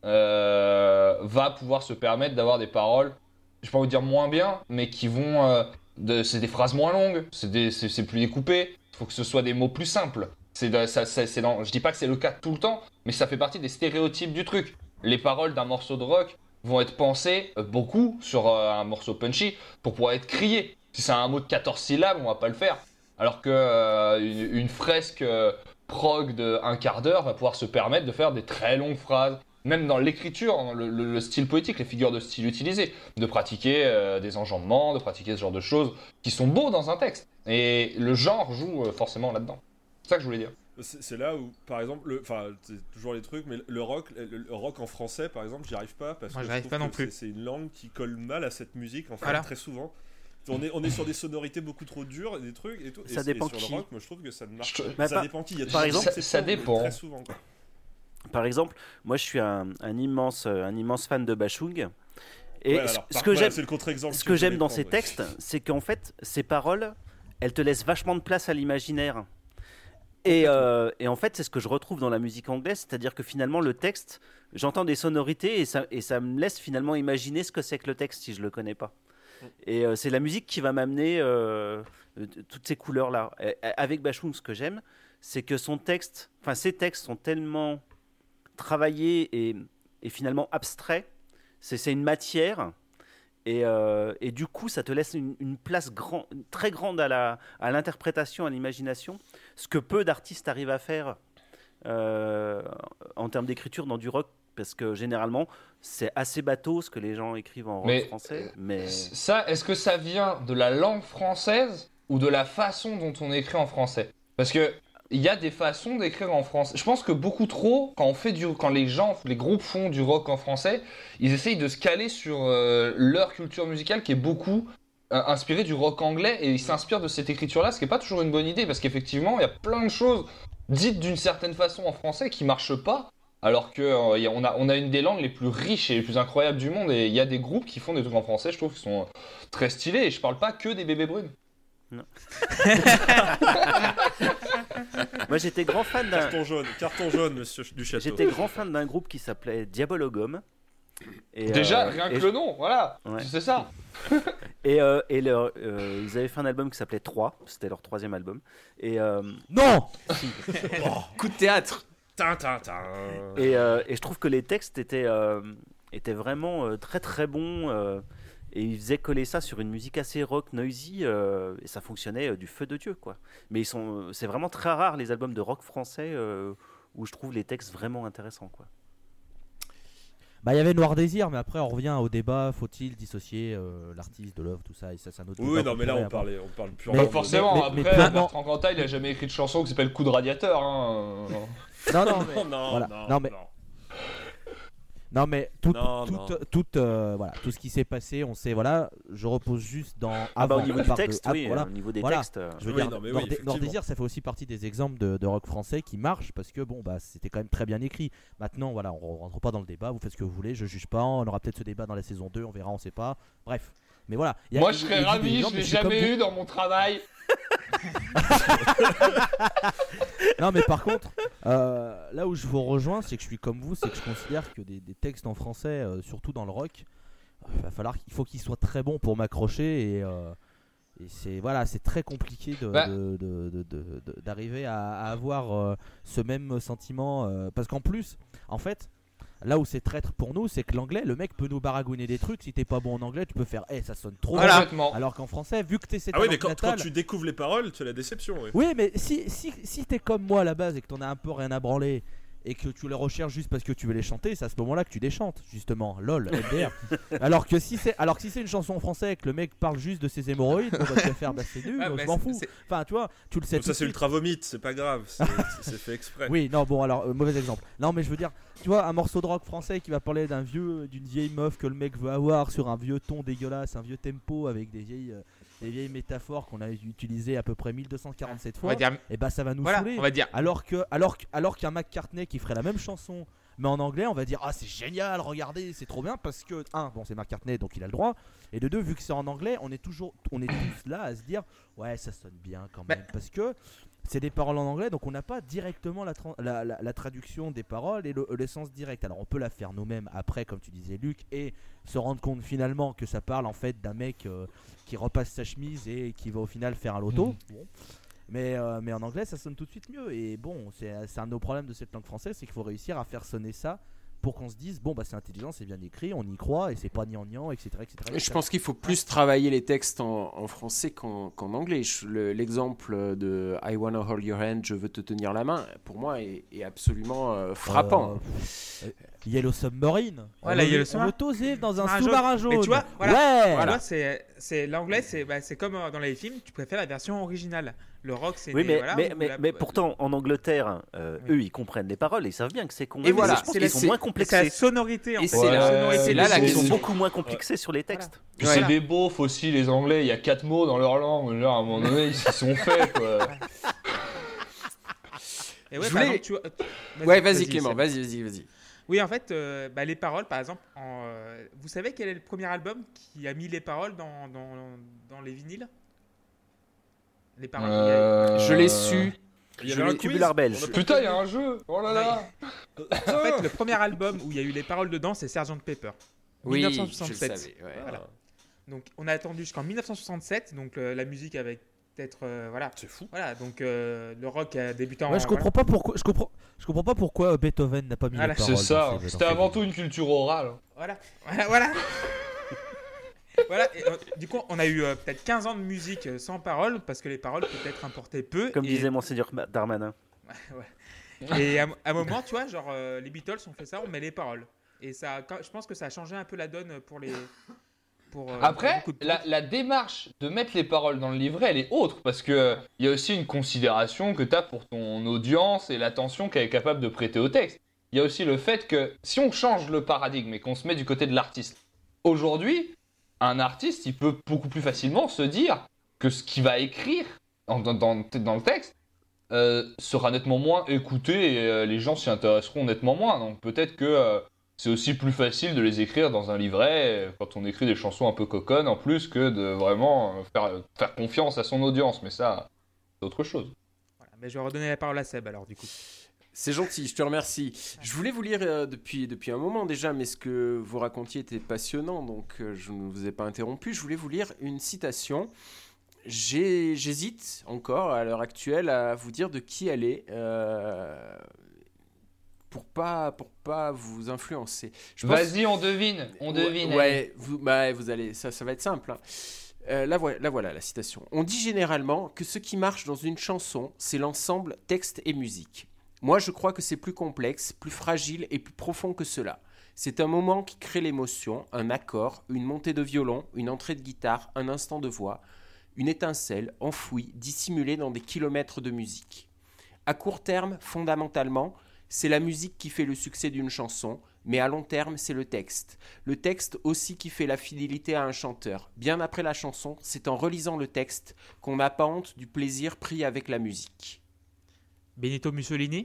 euh, va pouvoir se permettre d'avoir des paroles, je peux pas vous dire moins bien, mais qui vont, euh, de, c'est des phrases moins longues, c'est, des, c'est, c'est plus découpé, il faut que ce soit des mots plus simples. C'est de, ça, ça, c'est dans, je dis pas que c'est le cas tout le temps, mais ça fait partie des stéréotypes du truc. Les paroles d'un morceau de rock vont être pensées euh, beaucoup sur euh, un morceau punchy pour pouvoir être criées. Si c'est un mot de quatorze syllabes, on va pas le faire. Alors que euh, une, une fresque euh, prog de un quart d'heure va pouvoir se permettre de faire des très longues phrases. Même dans l'écriture, le, le, le style poétique, les figures de style utilisées, de pratiquer euh, des enjambements, de pratiquer ce genre de choses qui sont beaux dans un texte. Et le genre joue euh, forcément là-dedans. C'est ça que je voulais dire. C'est, c'est là où, par exemple, enfin, c'est toujours les trucs, mais le rock, le, le rock en français, par exemple, j'y arrive pas parce Moi, que j'arrive je pas trouve non que plus. C'est, c'est une langue qui colle mal à cette musique, en fait, Voilà. très souvent. On est, on est sur des sonorités beaucoup trop dures, des trucs et tout. Ça et, dépend et sur qui. le rock, moi je trouve que ça ne marche Je- pas. Bah, ça par- dépend qui. Il y a par des exemple, exceptions, ça- ça mais dépend. Très souvent, quoi. Par exemple, moi je suis un, un immense, euh, un immense fan de Bashung. Et Ouais, ce, alors, ce par- que voilà, j'aime, c'est le contre-exemple. ce que que je j'aime voulais dans prendre, ces ouais. textes, c'est qu'en fait, ces paroles, elles te laissent vachement de place à l'imaginaire. Et, euh, et en fait, c'est ce que je retrouve dans la musique anglaise, c'est-à-dire que finalement, le texte, j'entends des sonorités et ça, et ça me laisse finalement imaginer ce que c'est que le texte si je le connais pas. Et euh, c'est la musique qui va m'amener euh, euh, toutes ces couleurs-là. Et, avec Bashung, ce que j'aime, c'est que son texte, enfin ses textes sont tellement travaillés et, et finalement abstraits. C'est, c'est une matière. Et, euh, et du coup, ça te laisse une, une place grand, très grande à, la, à l'interprétation, à l'imagination, ce que peu d'artistes arrivent à faire euh, en termes d'écriture dans du rock, parce que généralement, c'est assez bateau ce que les gens écrivent en rock Mais, français. Mais Ça, est-ce que ça vient de la langue française ou de la façon dont on écrit en français? Parce que il y a des façons d'écrire en français. Je pense que beaucoup trop, quand on fait du, quand les gens, les groupes font du rock en français, ils essayent de se caler sur euh, leur culture musicale qui est beaucoup euh, inspirée du rock anglais et ils s'inspirent de cette écriture-là, ce qui est pas toujours une bonne idée parce qu'effectivement, il y a plein de choses dites d'une certaine façon en français qui marchent pas. Alors que euh, y a- on, a, on a une des langues les plus riches et les plus incroyables du monde et il y a des groupes qui font des trucs en français, je trouve, qui sont très stylés et je parle pas que des bébés brunes. moi, j'étais grand fan d'un, Carton jaune, carton jaune, monsieur du château. j'étais grand fan d'un groupe qui s'appelait Diabologum. Et, Déjà, euh, rien et que je- le nom, voilà, Ouais. c'est ça. Et, euh, et leur- euh, ils avaient fait un album qui s'appelait trois, c'était leur troisième album. Et, euh, Non. Coup de théâtre. Tin, tin, tin. et, euh, et je trouve que les textes étaient, euh, étaient vraiment euh, très très bons. euh, et ils faisaient coller ça sur une musique assez rock, noisy. euh, et ça fonctionnait euh, du feu de Dieu, quoi. Mais ils sont, c'est vraiment très rare les albums de rock français euh, où je trouve les textes vraiment intéressants, quoi. Bah il y avait Noir Désir, mais après on revient au débat, faut-il dissocier euh, l'artiste de l'œuvre, tout ça, et ça c'est un autre Oui, débat oui, non, qu'on mais là pourrait on avoir. parlait, on parle Mais- purement. Pas de- forcément, mais- après, mais clairement- Bertrand Cantat, il a jamais écrit de chanson qui s'appelle Coup de radiateur. Hein. Non, non, mais, Non, non, voilà. non, Non, mais- non. non, mais tout, Non, tout, non. tout, euh, voilà, tout ce qui s'est passé, on sait, voilà, je repose juste dans. Ah bah au avant, niveau on du parle de- texte, ah, oui, voilà. au niveau des Voilà. textes. euh, Je veux Oui, dire, non, mais oui, Nord, Nord effectivement. Désir, ça fait aussi partie des exemples de, de rock français qui marchent parce que bon, bah, c'était quand même très bien écrit. Maintenant, voilà, on rentre pas dans le débat, vous faites ce que vous voulez, je juge pas, on aura peut-être ce débat dans la saison deux, on verra, on sait pas. Bref, mais voilà. il y a- Moi, il- je il serais existe des ravi, exemples, je mais l'ai suis comme jamais vous. eu dans mon travail. Non, mais par contre, euh, là où je vous rejoins, c'est que je suis comme vous, c'est que je considère que des, des textes en français, euh, surtout dans le rock, il va falloir qu'il faut qu'ils soient très bons pour m'accrocher et, euh, et c'est voilà, c'est très compliqué de, Bah. de- de- de- de- de- d'arriver à, à avoir euh, ce même sentiment euh, parce qu'en plus, en fait. Là où c'est traître pour nous, c'est que l'anglais, le mec peut nous baragouiner des trucs. Si t'es pas bon en anglais, tu peux faire, eh, ça sonne trop. Voilà. bien. Complètement. Alors qu'en français, vu que t'es cette Ah oui, langue mais quand, natale, quand tu découvres les paroles, c'est la déception. Oui. oui, mais si, si, si t'es comme moi à la base et que t'en as un peu rien à branler et que tu les recherches juste parce que tu veux les chanter, c'est à ce moment-là que tu les chantes, justement. Lol, L D R. alors que si c'est alors que si c'est une chanson en français et que le mec parle juste de ses hémorroïdes, bon, bah, tu vas faire bah, c'est nul, Ah, je bah, m'en c'est- fous. c'est- Enfin, tu vois, tu le sais Donc tout ça de c'est suite. ultra vomite, c'est pas grave, c'est c'est fait exprès. Oui, non, bon, alors, euh, mauvais exemple. Non, mais je veux dire, tu vois, un morceau de rock français qui va parler d'un vieux, d'une vieille meuf que le mec veut avoir sur un vieux ton dégueulasse, un vieux tempo avec des vieilles, euh, des vieilles métaphores qu'on a utilisées à peu près mille deux cent quarante-sept On fois, va dire, et bah ça va nous voilà, saouler. on va dire. Alors que, alors, que- alors qu'un McCartney qui ferait la même chanson, mais en anglais, on va dire ah c'est génial, regardez, c'est trop bien parce que un, bon c'est McCartney donc il a le droit, et de deux, vu que c'est en anglais, on est toujours, on est tous là à se dire ouais ça sonne bien quand même parce que c'est des paroles en anglais, donc on n'a pas directement la, tra- la, la, la traduction des paroles et le, le sens direct. Alors on peut la faire nous-mêmes après, comme tu disais Luc, et se rendre compte finalement que ça parle en fait d'un mec euh, qui repasse sa chemise et qui va au final faire un loto. Mhm. Bon. Mais, euh, mais en anglais ça sonne tout de suite mieux. Et bon, c'est, c'est un de nos problèmes de cette langue française, c'est qu'il faut réussir à faire sonner ça pour qu'on se dise bon bah c'est intelligent, c'est bien écrit, on y croit et c'est pas gnangnan, et cetera, et cetera. Je pense qu'il faut plus travailler les textes en, en français qu'en, qu'en anglais. Je- le- l'exemple de I wanna hold your hand, je veux te tenir la main, pour moi est, est absolument euh, frappant. Euh, euh, Yellow Submarine. Voilà, on veut- Yellow on Submarine. veut tous vivre dans un Sous-marin sous-marin jaune. jaune. Mais tu vois, voilà. Ouais. Tu Voilà. vois, c'est, c'est l'anglais, c'est, bah, c'est comme euh, dans les films, tu préfères la version originale. Le rock, c'est Oui, des- mais, voilà, mais, ou mais, la- mais pourtant, en Angleterre, euh, Oui. eux, ils comprennent les paroles et ils savent bien que c'est con. Et Mais voilà. je pense C'est qu'ils la- sont c'est- moins c'est la complexés. sonorité en Et fait. c'est la- La c'est sonorité là la des Ils sont question. sons. beaucoup moins complexés sur les textes. Puis Voilà. c'est des beaufs aussi, les Anglais. Il y a quatre mots dans leur langue. Genre, à un moment donné, ils s'y sont faits, quoi. Et ouais, Je par voulais- exemple, tu vois- tu- Ouais, vas-y Clément, Seb. vas-y, vas-y, vas-y. Oui, en fait, euh, bah, les paroles, par exemple, en, euh, vous savez quel est le premier album qui a mis les paroles dans, dans, dans les vinyles? Les paroles. il y a- Euh, Je l'ai su. Il y Je avait un l'ai- quiz. Tubular Belge. On a pas Putain, il y prévu. a un jeu. Oh là là. En fait, le premier album où il y a eu les paroles dedans, c'est sergent Pepper. Oui, je le mille neuf cent soixante-sept. savais. Ouais. Voilà. Donc, on a attendu jusqu'en mille neuf cent soixante-sept, donc euh, la musique avec peut-être. euh, voilà. C'est fou. Voilà, donc euh, le rock a débuté en. Ouais, je comprends pas pourquoi. Je comprends. Je comprends pas pourquoi Beethoven n'a pas mis Voilà. les paroles. C'est ça. dans ses- C'était dans ses avant livres. tout une culture orale. Voilà. Voilà. Voilà. Voilà, et, euh, du coup, on a eu euh, peut-être quinze ans de musique euh, sans paroles, parce que les paroles peut-être importaient peu. Comme et, disait Monseigneur Darmanin. ouais. Et à, à un moment, tu vois, genre euh, les Beatles ont fait ça, on met les paroles. Et ça, a- quand- je pense que ça a changé un peu la donne pour les. Pour, euh, Après, beaucoup de la, trucs. la démarche de mettre les paroles dans le livret, elle est autre parce que il y a aussi une considération que tu as pour ton audience et l'attention qu'elle est capable de prêter au texte. Il y a aussi le fait que si on change le paradigme et qu'on se met du côté de l'artiste, aujourd'hui, un artiste, il peut beaucoup plus facilement se dire que ce qu'il va écrire dans, dans, dans- dans le texte euh, sera nettement moins écouté et euh, les gens s'y intéresseront nettement moins. Donc peut-être que euh, c'est aussi plus facile de les écrire dans un livret euh, quand on écrit des chansons un peu coconnes en plus que de vraiment euh, faire, faire confiance à son audience. Mais ça, c'est autre chose. Voilà, mais je vais redonner la parole à Seb alors, du coup. C'est gentil, je te remercie. Je voulais vous lire euh, depuis, depuis un moment déjà, mais ce que vous racontiez était passionnant, donc euh, je ne vous ai pas interrompu. Je voulais vous lire une citation. J'ai- J'hésite encore à l'heure actuelle à vous dire de qui elle est, euh, pour pas pour pas vous influencer. Je pense- Vas-y, on devine, on devine. Ouais, ouais, vous, bah, vous allez, ça, ça va être simple. hein. Euh, là, voilà, là voilà la citation. On dit généralement que ce qui marche dans une chanson, c'est l'ensemble texte et musique. Moi, je crois que c'est plus complexe, plus fragile et plus profond que cela. C'est un moment qui crée l'émotion, un accord, une montée de violon, une entrée de guitare, un instant de voix, une étincelle enfouie, dissimulée dans des kilomètres de musique. À court terme, fondamentalement, c'est la musique qui fait le succès d'une chanson, mais à long terme, c'est le texte. Le texte aussi qui fait la fidélité à un chanteur. Bien après la chanson, c'est en relisant le texte qu'on appâte du plaisir pris avec la musique. Benito Mussolini.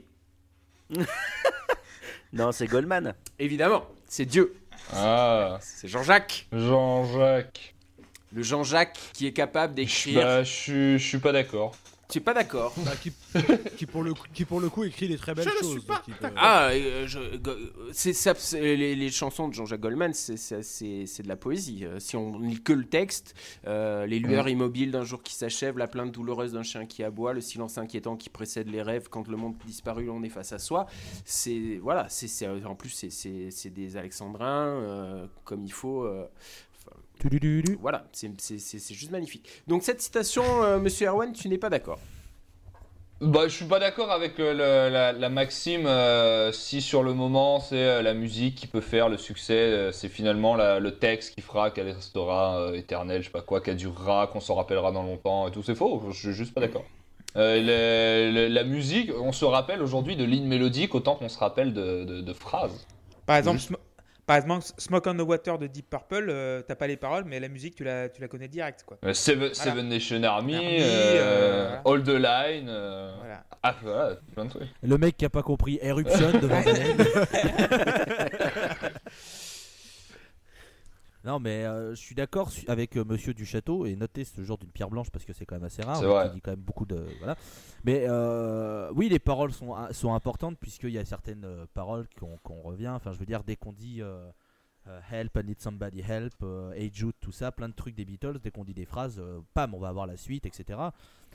Non, c'est Goldman. Évidemment, c'est Dieu, Ah, c'est Jean-Jacques. Jean-Jacques. Le Jean-Jacques qui est capable d'écrire... Bah, je suis- je suis pas d'accord. Tu es pas d'accord? Bah, qui, qui, pour le, coup- qui pour le coup écrit des très belles Je ne choses. suis pas donc il peut- Ah, euh, je- go- c'est ça, c'est- les, les chansons de Jean-Jacques Goldman, c'est, c'est, c'est- c'est de la poésie. Euh, Si on lit que le texte, euh, les lueurs immobiles d'un jour qui s'achève, la plainte douloureuse d'un chien qui aboie, le silence inquiétant qui précède les rêves, quand le monde disparu, on est face à soi. C'est voilà, c'est, c'est- en plus c'est, c'est, c'est des alexandrins euh, comme il faut. euh, Tudududu. voilà, c'est, c'est, c'est, c'est juste magnifique. Donc cette citation, euh, Monsieur Erwan, tu n'es pas d'accord? Bah, je suis pas d'accord avec euh, le- la, la maxime. Euh, si sur le moment c'est euh, la musique qui peut faire le succès, euh, c'est finalement la- le texte qui fera qu'elle restera euh, éternelle, je sais pas quoi, qu'elle durera, qu'on s'en rappellera dans longtemps et tout. C'est faux. Je suis juste pas d'accord. Euh, le- le- la musique, on se rappelle aujourd'hui de lignes mélodiques autant qu'on se rappelle de, de- de phrases. Par exemple, Juste- Smo- par exemple, Smoke on the Water de Deep Purple, euh, t'as pas les paroles, mais la musique, tu la, tu la connais direct, quoi. Euh, Seven, Voilà. Seven Nation Army, Army, euh, euh, All the Line, euh, Voilà. ah voilà, plein de trucs. Le mec qui a pas compris Eruption devant Daniel. Non, mais euh, je suis d'accord su- avec euh, Monsieur du Château et notez ce genre d'une pierre blanche parce que c'est quand même assez rare. C'est donc vrai. Il dit quand même beaucoup de voilà. Mais euh, oui, les paroles sont sont importantes puisqu'il y a certaines euh, paroles qu'on qu'on revient. Enfin, je veux dire, dès qu'on dit euh, euh, Help, I need somebody help, euh, Hey Jude, tout ça, plein de trucs des Beatles. Dès qu'on dit des phrases, euh, pam, on va avoir la suite, et cetera.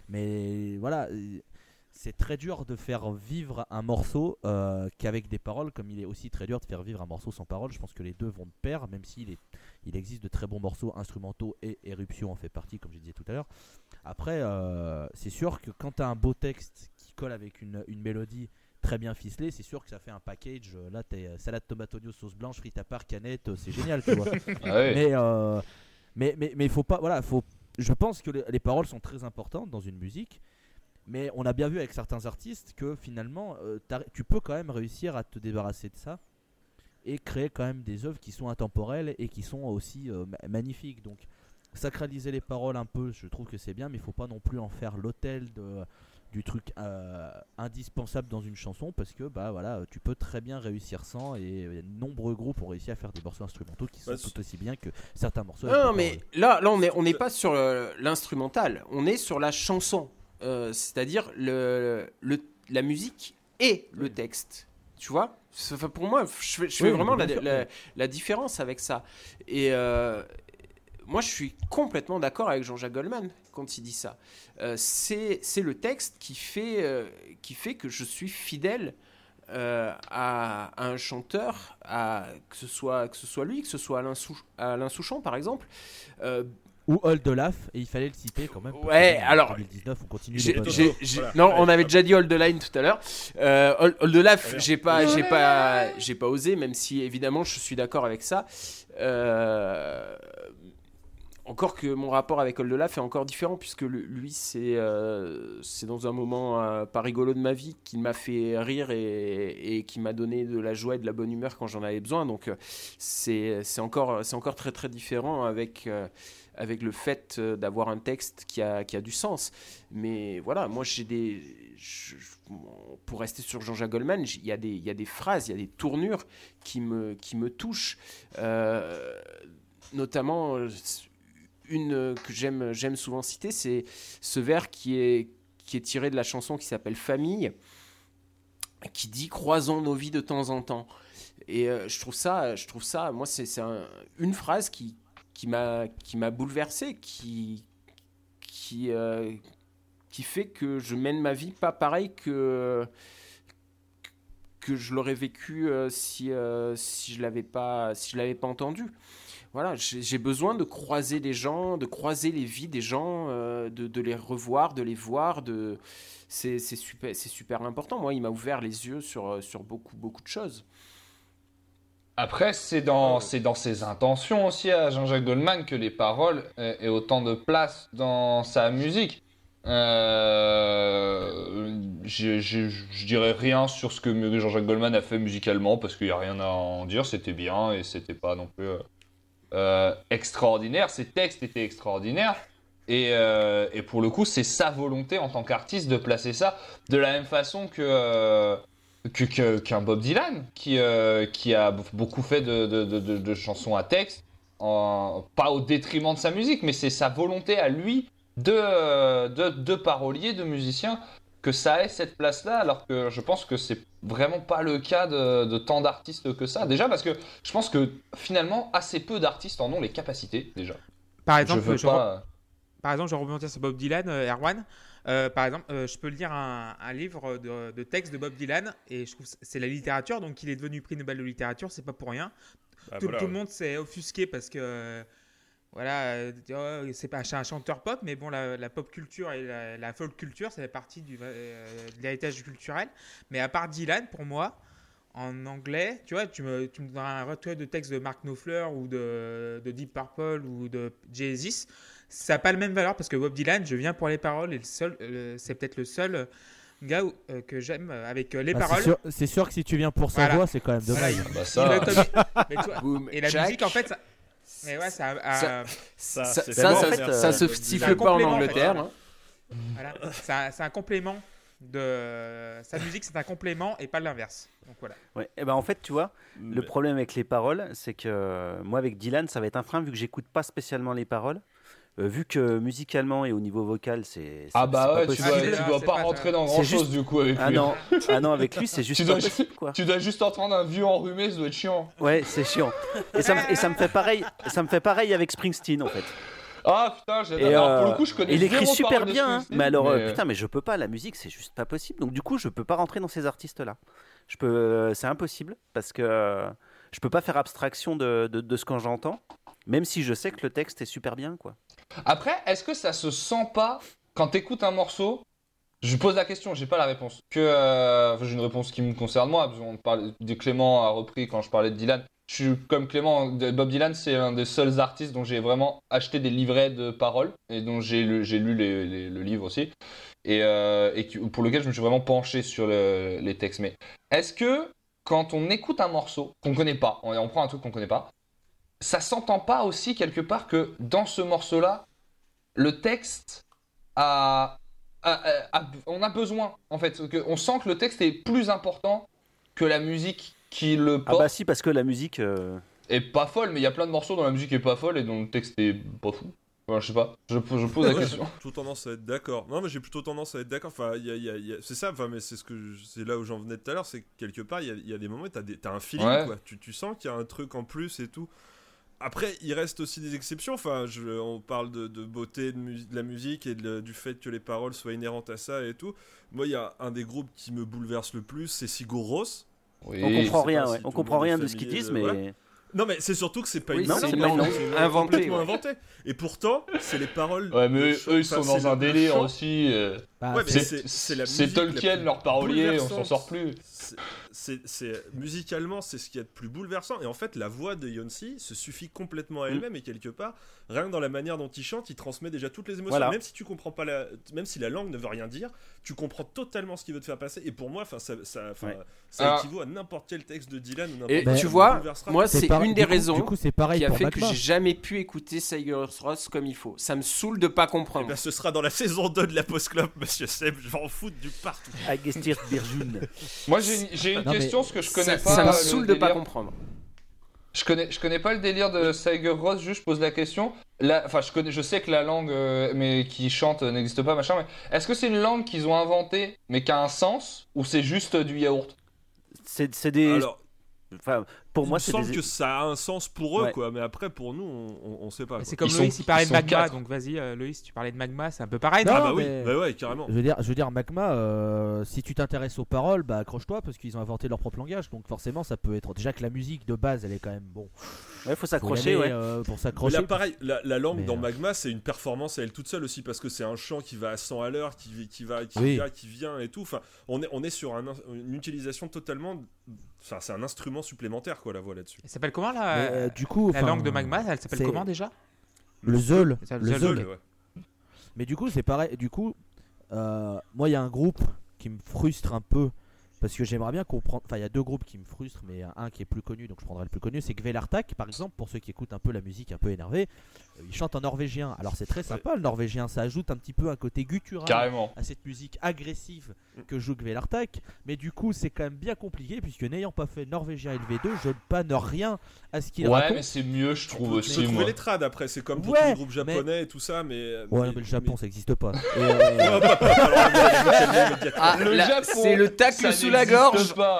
Mais voilà. euh, C'est très dur de faire vivre un morceau euh, qu'avec des paroles, comme il est aussi très dur de faire vivre un morceau sans paroles. Je pense que les deux vont de pair, même s'il est, il existe de très bons morceaux instrumentaux et Éruption en fait partie, comme je disais tout à l'heure. Après, euh, c'est sûr que quand tu as un beau texte qui colle avec une, une mélodie très bien ficelée, c'est sûr que ça fait un package. Là, tu es salade tomate oignon sauce blanche, frites à part, canette, c'est génial, tu vois. Ah ouais. Mais euh, mais mais mais faut pas, voilà, faut. Je pense que les, les paroles sont très importantes dans une musique. Mais on a bien vu avec certains artistes que finalement, euh, tu peux quand même réussir à te débarrasser de ça et créer quand même des œuvres qui sont intemporelles et qui sont aussi euh, ma- magnifiques. Donc, sacraliser les paroles un peu, je trouve que c'est bien, mais il faut pas non plus en faire l'autel de, du truc euh, indispensable dans une chanson parce que bah voilà, tu peux très bien réussir sans et euh, de nombreux groupes ont réussi à faire des morceaux instrumentaux qui sont Bah, tout aussi bien que certains morceaux. avec Non, des mais paroles. là, là on n'est on n'est pas sur euh, l'instrumental, on est sur la chanson. Euh, c'est-à-dire le, le, la musique et le texte. Tu vois, enfin, pour moi, je fais, je fais Oui, vraiment bien la, sûr, la, oui. la différence avec ça. Et euh, moi, je suis complètement d'accord avec Jean-Jacques Goldman quand il dit ça. Euh, c'est, c'est le texte qui fait, euh, qui fait que je suis fidèle euh, à, à un chanteur, à, que, ce soit, que ce soit lui, que ce soit Alain, Sou- Alain Souchon, par exemple. Euh, Ou Old Olaf, et il fallait le citer quand même. parce Ouais, que, en alors, deux mille dix-neuf, on continue J'ai- les bonnes j'ai- œuvres. j'ai- Voilà. Non, Ouais, on avait je- déjà dit Hold the Line tout à l'heure. Euh, Hold Hold the Laf, Très bien. j'ai pas, j'ai pas, j'ai pas osé, même si évidemment je suis d'accord avec ça. Euh, Encore que mon rapport avec Hold the Laf est encore différent puisque le- lui c'est, euh, c'est dans un moment euh, pas rigolo de ma vie qu'il m'a fait rire et, et qui m'a donné de la joie et de la bonne humeur quand j'en avais besoin. Donc euh, c'est, c'est encore, c'est encore très très différent avec. euh, avec le fait euh, d'avoir un texte qui a, qui a du sens. Mais voilà, moi j'ai des... je- je- pour rester sur Jean-Jacques Goldman, j- il y, a des- il y a des phrases, il y a des tournures qui me, qui me touchent. Euh, notamment, euh, une que j'aime, j'aime souvent citer, c'est ce vers qui est, qui est tiré de la chanson qui s'appelle Famille, qui dit « Croisons nos vies de temps en temps ». Et euh, je trouve ça, je trouve ça, moi c'est, c'est un- une phrase qui, qui m'a qui m'a bouleversé, qui qui euh, qui fait que je mène ma vie pas pareil que que je l'aurais vécu euh, si euh, si je l'avais pas si je l'avais pas entendu. Voilà, j'ai j'ai besoin de croiser les gens, de croiser les vies des gens, euh, de, de les revoir, de les voir, de c'est c'est super c'est super important. Moi, il m'a ouvert les yeux sur sur beaucoup beaucoup de choses. Après, c'est dans, c'est dans ses intentions aussi à Jean-Jacques Goldman que les paroles aient, aient autant de place dans sa musique. Euh, je, je, je dirais rien sur ce que Jean-Jacques Goldman a fait musicalement parce qu'il n'y a rien à en dire, c'était bien et c'était pas non plus euh, euh, extraordinaire. Ses textes étaient extraordinaires et, euh, et pour le coup, c'est sa volonté en tant qu'artiste de placer ça de la même façon que. Euh, Que, que- qu'un Bob Dylan qui, euh, qui a beaucoup fait de, de, de, de- de chansons à texte, en, pas au détriment de sa musique, mais c'est sa volonté à lui de, euh, de, de parolier, de musicien, que ça ait cette place-là, alors que je pense que c'est vraiment pas le cas de, de tant d'artistes que ça. Déjà parce que je pense que finalement assez peu d'artistes en ont les capacités déjà. Par Je exemple, veux je, re- pas... par exemple, je vais rebondir sur Bob Dylan, euh, Erwan. Euh, par exemple, euh, je peux lire un, un livre de, de texte de Bob Dylan et je trouve que c'est la littérature, donc il est devenu prix Nobel de littérature, c'est pas pour rien. Ah, tout, voilà, tout le ouais. monde s'est offusqué parce que voilà, euh, oh, c'est pas c'est un chanteur pop, mais bon, la, la pop culture et la, la folk culture, ça fait partie du, euh, de l'héritage culturel. Mais à part Dylan, pour moi, en anglais, tu vois, tu me, tu me donnes un retrait de texte de Mark Knopfler ou de, de Deep Purple ou de Genesis, ça n'a pas la même valeur parce que Bob Dylan, je viens pour les paroles et le seul, euh, c'est peut-être le seul gars où, euh, que j'aime avec euh, les Bah, paroles. c'est, sûr, c'est sûr que si tu viens pour sa Voilà. voix, c'est quand même dommage. Voilà, il- Bah ça. il automi- mais tu vois, Boom, et la Jack. musique, en fait, ça, mais ouais, ça, a- Ça- a- Ça, Ça, c'est ça, bon, ça, en fait, ça euh, se Bob siffle Dylan. pas en Complément, en fait. Angleterre. hein. voilà, c'est un, c'est un complément de sa musique, c'est un complément et pas l'inverse. Donc voilà. Ouais. Et ben en fait, tu vois, le Mais- problème avec les paroles, c'est que euh, moi avec Dylan, ça va être un frein vu que j'écoute pas spécialement les paroles. Euh, vu que musicalement et au niveau vocal, c'est. c'est- Ah c'est bah pas ouais, tu possible. dois, Ah, tu c'est dois pas pas ça. rentrer dans C'est grand juste- chose du coup avec Ah lui. non, ah non, avec lui, c'est juste Tu pas dois, possible quoi. tu dois juste entendre un vieux enrhumé, ça doit être chiant. Ouais, c'est chiant. Et ça, me- et ça me fait pareil. Ça me fait pareil avec Springsteen en fait. Ah putain, j'adore. Et Alors, euh, pour le coup, je connais il écrit zéro super parole de bien, hein. Springsteen, mais alors euh, mais- putain, mais je peux pas. La musique, c'est juste pas possible. Donc du coup, je peux pas rentrer dans ces artistes-là. Je peux, euh, c'est impossible parce que euh, je peux pas faire abstraction de, de, de ce que j'entends, même si je sais que le texte est super bien, quoi. Après, est-ce que ça se sent pas quand t'écoutes un morceau? Je pose la question, j'ai pas la réponse. Que euh, enfin, j'ai une réponse qui me concerne moi, parce qu'on parle de Clément a repris quand je parlais de Dylan. Je suis comme Clément, de- Bob Dylan, c'est un des seuls artistes dont j'ai vraiment acheté des livrets de paroles et dont j'ai lu, j'ai lu les, les- le livre aussi, et, euh, et qui- pour lequel je me suis vraiment penché sur le- les textes. Mais est-ce que quand on écoute un morceau qu'on connaît pas, on, on prend un truc qu'on connaît pas, ça s'entend pas aussi quelque part que dans ce morceau-là, le texte a, a- a- a- on a besoin en fait, que on sent que le texte est plus important que la musique qui le Ah porte. bah si, parce que la musique. euh, Est pas folle, mais il y a plein de morceaux dont la musique est pas folle et dont le texte est pas fou. Enfin, je sais pas, je, je pose la Ouais, question. j'ai plutôt tendance à être d'accord. Non, mais j'ai plutôt tendance à être d'accord. Enfin, il y a- il y a- il y a- c'est ça. Enfin, mais c'est ce que je- c'est là où j'en venais tout à l'heure. C'est que quelque part, il y a, il y a des moments où t'as des- t'as un feeling, Ouais. quoi. Tu, tu sens qu'il y a un truc en plus et tout. Après, il reste aussi des exceptions. Enfin, je- on parle de, de beauté de, mu- de la musique et de- du fait que les paroles soient inhérentes à ça et tout. Moi, il y a un des groupes qui me bouleverse le plus, c'est Sigur Rós. Oui. on je comprend sais rien, pas ouais. si on tout comprend le monde rien est de ce qu'ils familier disent, de- mais. ouais. Non, mais c'est surtout que c'est pas Oui, une non, langue, c'est pas une langue. c'est Inventée, complètement ouais. inventé. Et pourtant, c'est les paroles. Ouais, mais de eux, chant- eux, ils enfin, sont dans c'est un le délire chant. aussi. euh, Bah, Ouais, mais c'est c'est- c'est la c'est musique la Tolkien, plus leur parolier, on s'en bouleversante. sort plus. C'est- c'est, c'est- musicalement, c'est ce qu'il y a de plus bouleversant. Et en fait, la voix de Beyoncé se suffit complètement à Mm. elle-même. Et quelque part, rien que dans la manière dont il chante, il transmet déjà toutes les émotions. Voilà. Même si tu comprends pas la, même si la langue ne veut rien dire, tu comprends totalement ce qu'il veut te faire passer. Et pour moi, enfin, ça, ça, enfin, Ouais. ça Ah. équivaut à n'importe quel texte de Dylan ou n'importe Et quel tu qui vois, bouleversera. moi, c'est c'est pareil- une des du coup- raisons Du coup, c'est pareil qui a pour fait que Magma. j'ai jamais pu écouter Sigur Rós comme il faut. Ça me saoule de pas Eh comprendre. ben, ce sera dans la saison deux de la Post Club, monsieur Seb. Je vais en foutre du partout. Agestir Birjun. Moi, j'ai une, j'ai une Non, mais question, parce que je connais ça, pas. ça me le saoule de pas délire. comprendre. Je connais, je connais pas le délire de Sigur Rós, juste je pose la question. La- Enfin, je, connais, je sais que la langue euh, mais qui chante euh, n'existe pas, machin, mais est-ce que c'est une langue qu'ils ont inventée, mais qui a un sens, ou c'est juste du yaourt? C'est c'est des. Alors, Enfin, pour il moi, me c'est semble des. que ça a un sens pour eux, Ouais. quoi. Mais après, pour nous, on, on, on sait pas. quoi. C'est comme Ils Loïs, sont- il parlait ils de sont magma, quatre. donc vas-y, euh, Loïs, tu parlais de magma, c'est un peu pareil. Non, Ah non bah oui, mais- bah ouais, carrément. Je veux dire, je veux dire, Magma, euh, si tu t'intéresses aux paroles, bah accroche-toi parce qu'ils ont inventé leur propre langage. Donc forcément, ça peut être déjà que la musique de base, elle est quand même bon. Ouais, faut Faut y s'accrocher, aller, ouais. euh, pour Mais s'accrocher. là, pareil, la, la langue Mais, dans euh, Magma, c'est une performance à elle toute seule aussi, parce que c'est un chant qui va à cent à l'heure, qui, qui va, qui Oui. va, qui vient et tout. Enfin, on est, on est sur un, une utilisation totalement. Enfin, c'est un instrument supplémentaire, quoi, la voix là-dessus. Elle s'appelle comment Mais, la, euh, du coup, la enfin, langue de magma? Elle s'appelle c'est- comment déjà? Le Zeul, C'est ça, le le Zeul. Zeul. Seul, ouais. Mais du coup, c'est pareil. Du coup, euh, moi, il y a un groupe qui me frustre un peu parce que j'aimerais bien comprendre. Enfin, il y a deux groupes qui me frustrent, mais un qui est plus connu, donc je prendrai le plus connu. C'est Kvelartak, par exemple, pour ceux qui écoutent un peu la musique un peu énervée. Euh, il chante en norvégien. Alors, c'est très sympa le norvégien. Ça ajoute un petit peu un côté guttural Carrément. à cette musique agressive que joue Kvelartak. Mais du coup, c'est quand même bien compliqué puisque n'ayant pas fait norvégien L V deux, je ne panne rien à ce qu'il Ouais, raconte. mais c'est mieux, je trouve Tu peux aussi, trouver moi. les trades après, c'est comme pour Ouais, tous les groupes mais- japonais et tout ça, mais. Ouais, mais le Japon, ça n'existe pas. Et, euh, Ah, bah, bah, alors, vous allez me calmer immédiatement. Ah, Le là, Japon, c'est le tacle ça sous la n'existe gorge. pas.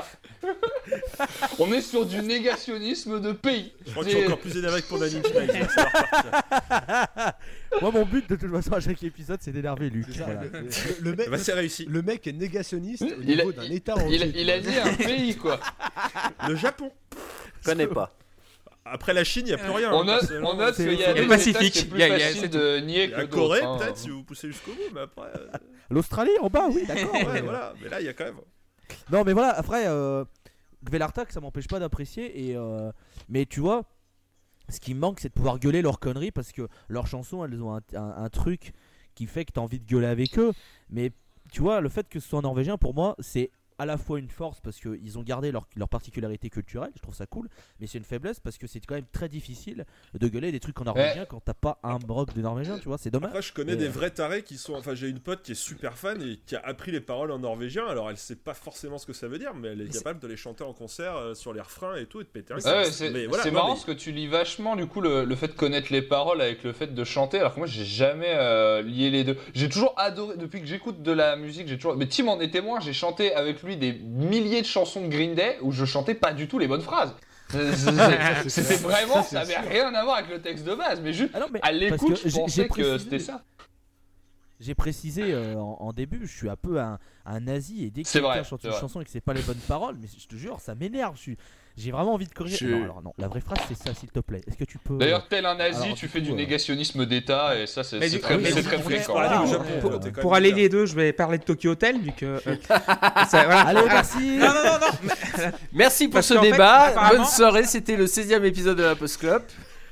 On est sur du négationnisme de pays. Je crois que je suis encore plus énervé que pour Nine Inch Nails, donc ça va repartir. Moi, mon but de toute façon à chaque épisode, c'est d'énerver Luc. C'est ça, Voilà. le, le- le mec, Bah, c'est réussi. le mec est négationniste au Il a- niveau d'un il- état Il, entier. il a dit un pays, quoi. Le Japon. Je connais pas. Après la Chine, il n'y a plus rien. On hein, note, personnellement. on note c'est- qu'il y a c'est des Pacifique. États qui est plus Il y a- il y a- facile c'est de nier Il y que a d'autres. Corée, hein. peut-être, si vous poussez jusqu'au bout, mais après. euh, L'Australie en bas, oui, d'accord. Ouais, mais, euh, voilà. Mais là, il y a quand même. Non, mais voilà, après, euh, Gvelartak, ça m'empêche pas d'apprécier. Et euh, mais tu vois, ce qui me manque, c'est de pouvoir gueuler leurs conneries parce que leurs chansons, elles ont un, un- un truc qui fait que t'as envie de gueuler avec eux. Mais tu vois, le fait que ce soit en norvégien, pour moi, c'est à la fois une force parce qu'ils ont gardé leur, leur particularité culturelle, je trouve ça cool, mais c'est une faiblesse parce que c'est quand même très difficile de gueuler des trucs en norvégien quand t'as pas un broc de norvégien, tu vois, c'est dommage. Après, je connais Et, des euh, vrais tarés qui sont. Enfin, j'ai une pote qui est super fan et qui a appris les paroles en norvégien. Alors, elle sait pas forcément ce que ça veut dire, mais elle est Mais capable de les chanter en concert euh, sur les refrains et tout et de péter un Ah ouais, câble. c'est Mais voilà, c'est non, marrant mais- parce que tu lis vachement du coup le, le fait de connaître les paroles avec le fait de chanter, alors que moi j'ai jamais euh, lié les deux. J'ai toujours adoré, depuis que j'écoute de la musique, j'ai toujours. Mais Tim en est témoin, j'ai chanté avec lui des milliers de chansons de Green Day où je chantais pas du tout les bonnes phrases. C'est- c'est- C'était vraiment, ça avait rien à voir avec le texte de base, mais juste Ah non, mais à parce l'écoute, que je j'ai- pensais j'ai que précisé- c'était ça. J'ai précisé euh, en, en début, je suis un peu un, un nazi et dès que C'est quelqu'un vrai, chante c'est une vrai. chanson et que c'est pas les bonnes paroles, mais je te jure, ça m'énerve. Je suis, j'ai vraiment envie de corriger. Je- Non, alors non, la vraie phrase c'est ça, s'il te plaît. Est-ce que tu peux D'ailleurs, tel un nazi, Alors, tu du fais coup, du euh, négationnisme d'État et ça c'est Mais c'est du- très, mais c'est du- très on est- fréquent. voilà, Ah, du au coup, Japon, euh, toi, t'es quand pour même aller bizarre. les deux, je vais parler de Tokyo Hotel vu que. euh, ça- voilà. Allez, Alors- merci. Non, non, non, non. mais- Merci pour Parce ce qu'en fait, débat. apparemment- Bonne soirée. C'était le seizième épisode de la Post Club.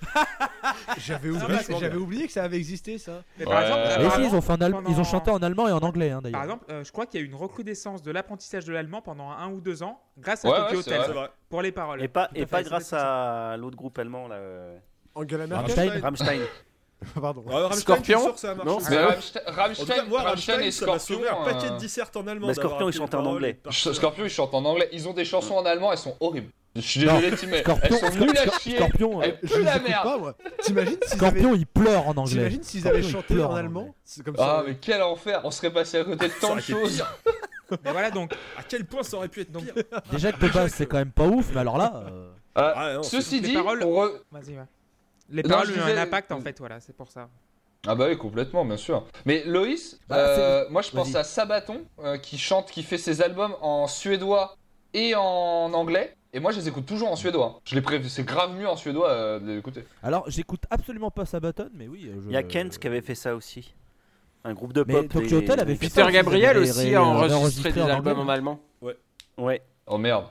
J'avais Non, oublié, mais- j'avais oublié que ça avait existé ça. mais par Ouais. exemple, Mais Mais si, apparemment, ils ont, fait en al- pendant- ils ont chanté en allemand et en anglais hein, d'ailleurs. Par exemple, euh, je crois qu'il y a eu une recrudescence de l'apprentissage de l'allemand pendant un ou deux ans grâce à Ouais, Tokyo ouais, c'est Hotel C'est vrai. pour les paroles. Et pas, Tout à et fait, pas c'était grâce comme ça. à l'autre groupe allemand là. euh, Angela Merkel. Rammstein. Rammstein. Pardon. Ah, Rammstein, Scorpion je suis sûr que ça a marché. Non, Mais c'est vrai. Rammstein, En tout cas, Rammstein, moi, Rammstein Rammstein, et ça m'a Scorpion. sauvé un paquet euh, de dissertes en allemand. Mais d'avoir Scorpion, ils appris chantent les en paroles anglais. et de Ch- partir. Scorpion, ils chantent en anglais. Ils ont des chansons en allemand, elles sont horribles. Je suis Non, désolé, Tim, mais Scorpion, elles sont nulles à Scor- chier. Scorpion, euh, Elles Je puent les la écoute merde. pas moi. T'imagines s'ils avaient, Scorpion, il pleure en anglais. t'imagines s'ils avaient Scorpion, il chanté pleure en en allemand anglais. C'est comme Ah, ça. mais quel enfer. On serait passé à côté de Ça tant aurait de été choses. Mais voilà donc. À quel point ça aurait pu être Donc- pire. Déjà que de base c'est quand même pas ouf, mais alors là. euh, Euh, Ah, non, Ceci les dit, paroles- on re- Vas-y, ouais. Les Non, paroles je ont eu disais- un impact en fait, voilà, c'est pour ça. Ah bah oui, complètement, bien sûr. Mais Loïs, Bah, euh, moi je pense Vas-y. à Sabaton, euh, qui chante, qui fait ses albums en suédois et en anglais. Et moi je les écoute toujours en suédois. Je les pré... C'est grave mieux en suédois euh, de les écouter. Alors j'écoute absolument pas Sabaton, mais oui. euh, je- Il y a Kent qui avait fait ça aussi. Un groupe de Mais pop. Tokyo des- Hotel avait fait Peter ça, Gabriel ils avaient aussi ré- a ré- enregistré des en albums anglais. en allemand. Ouais. Oh merde.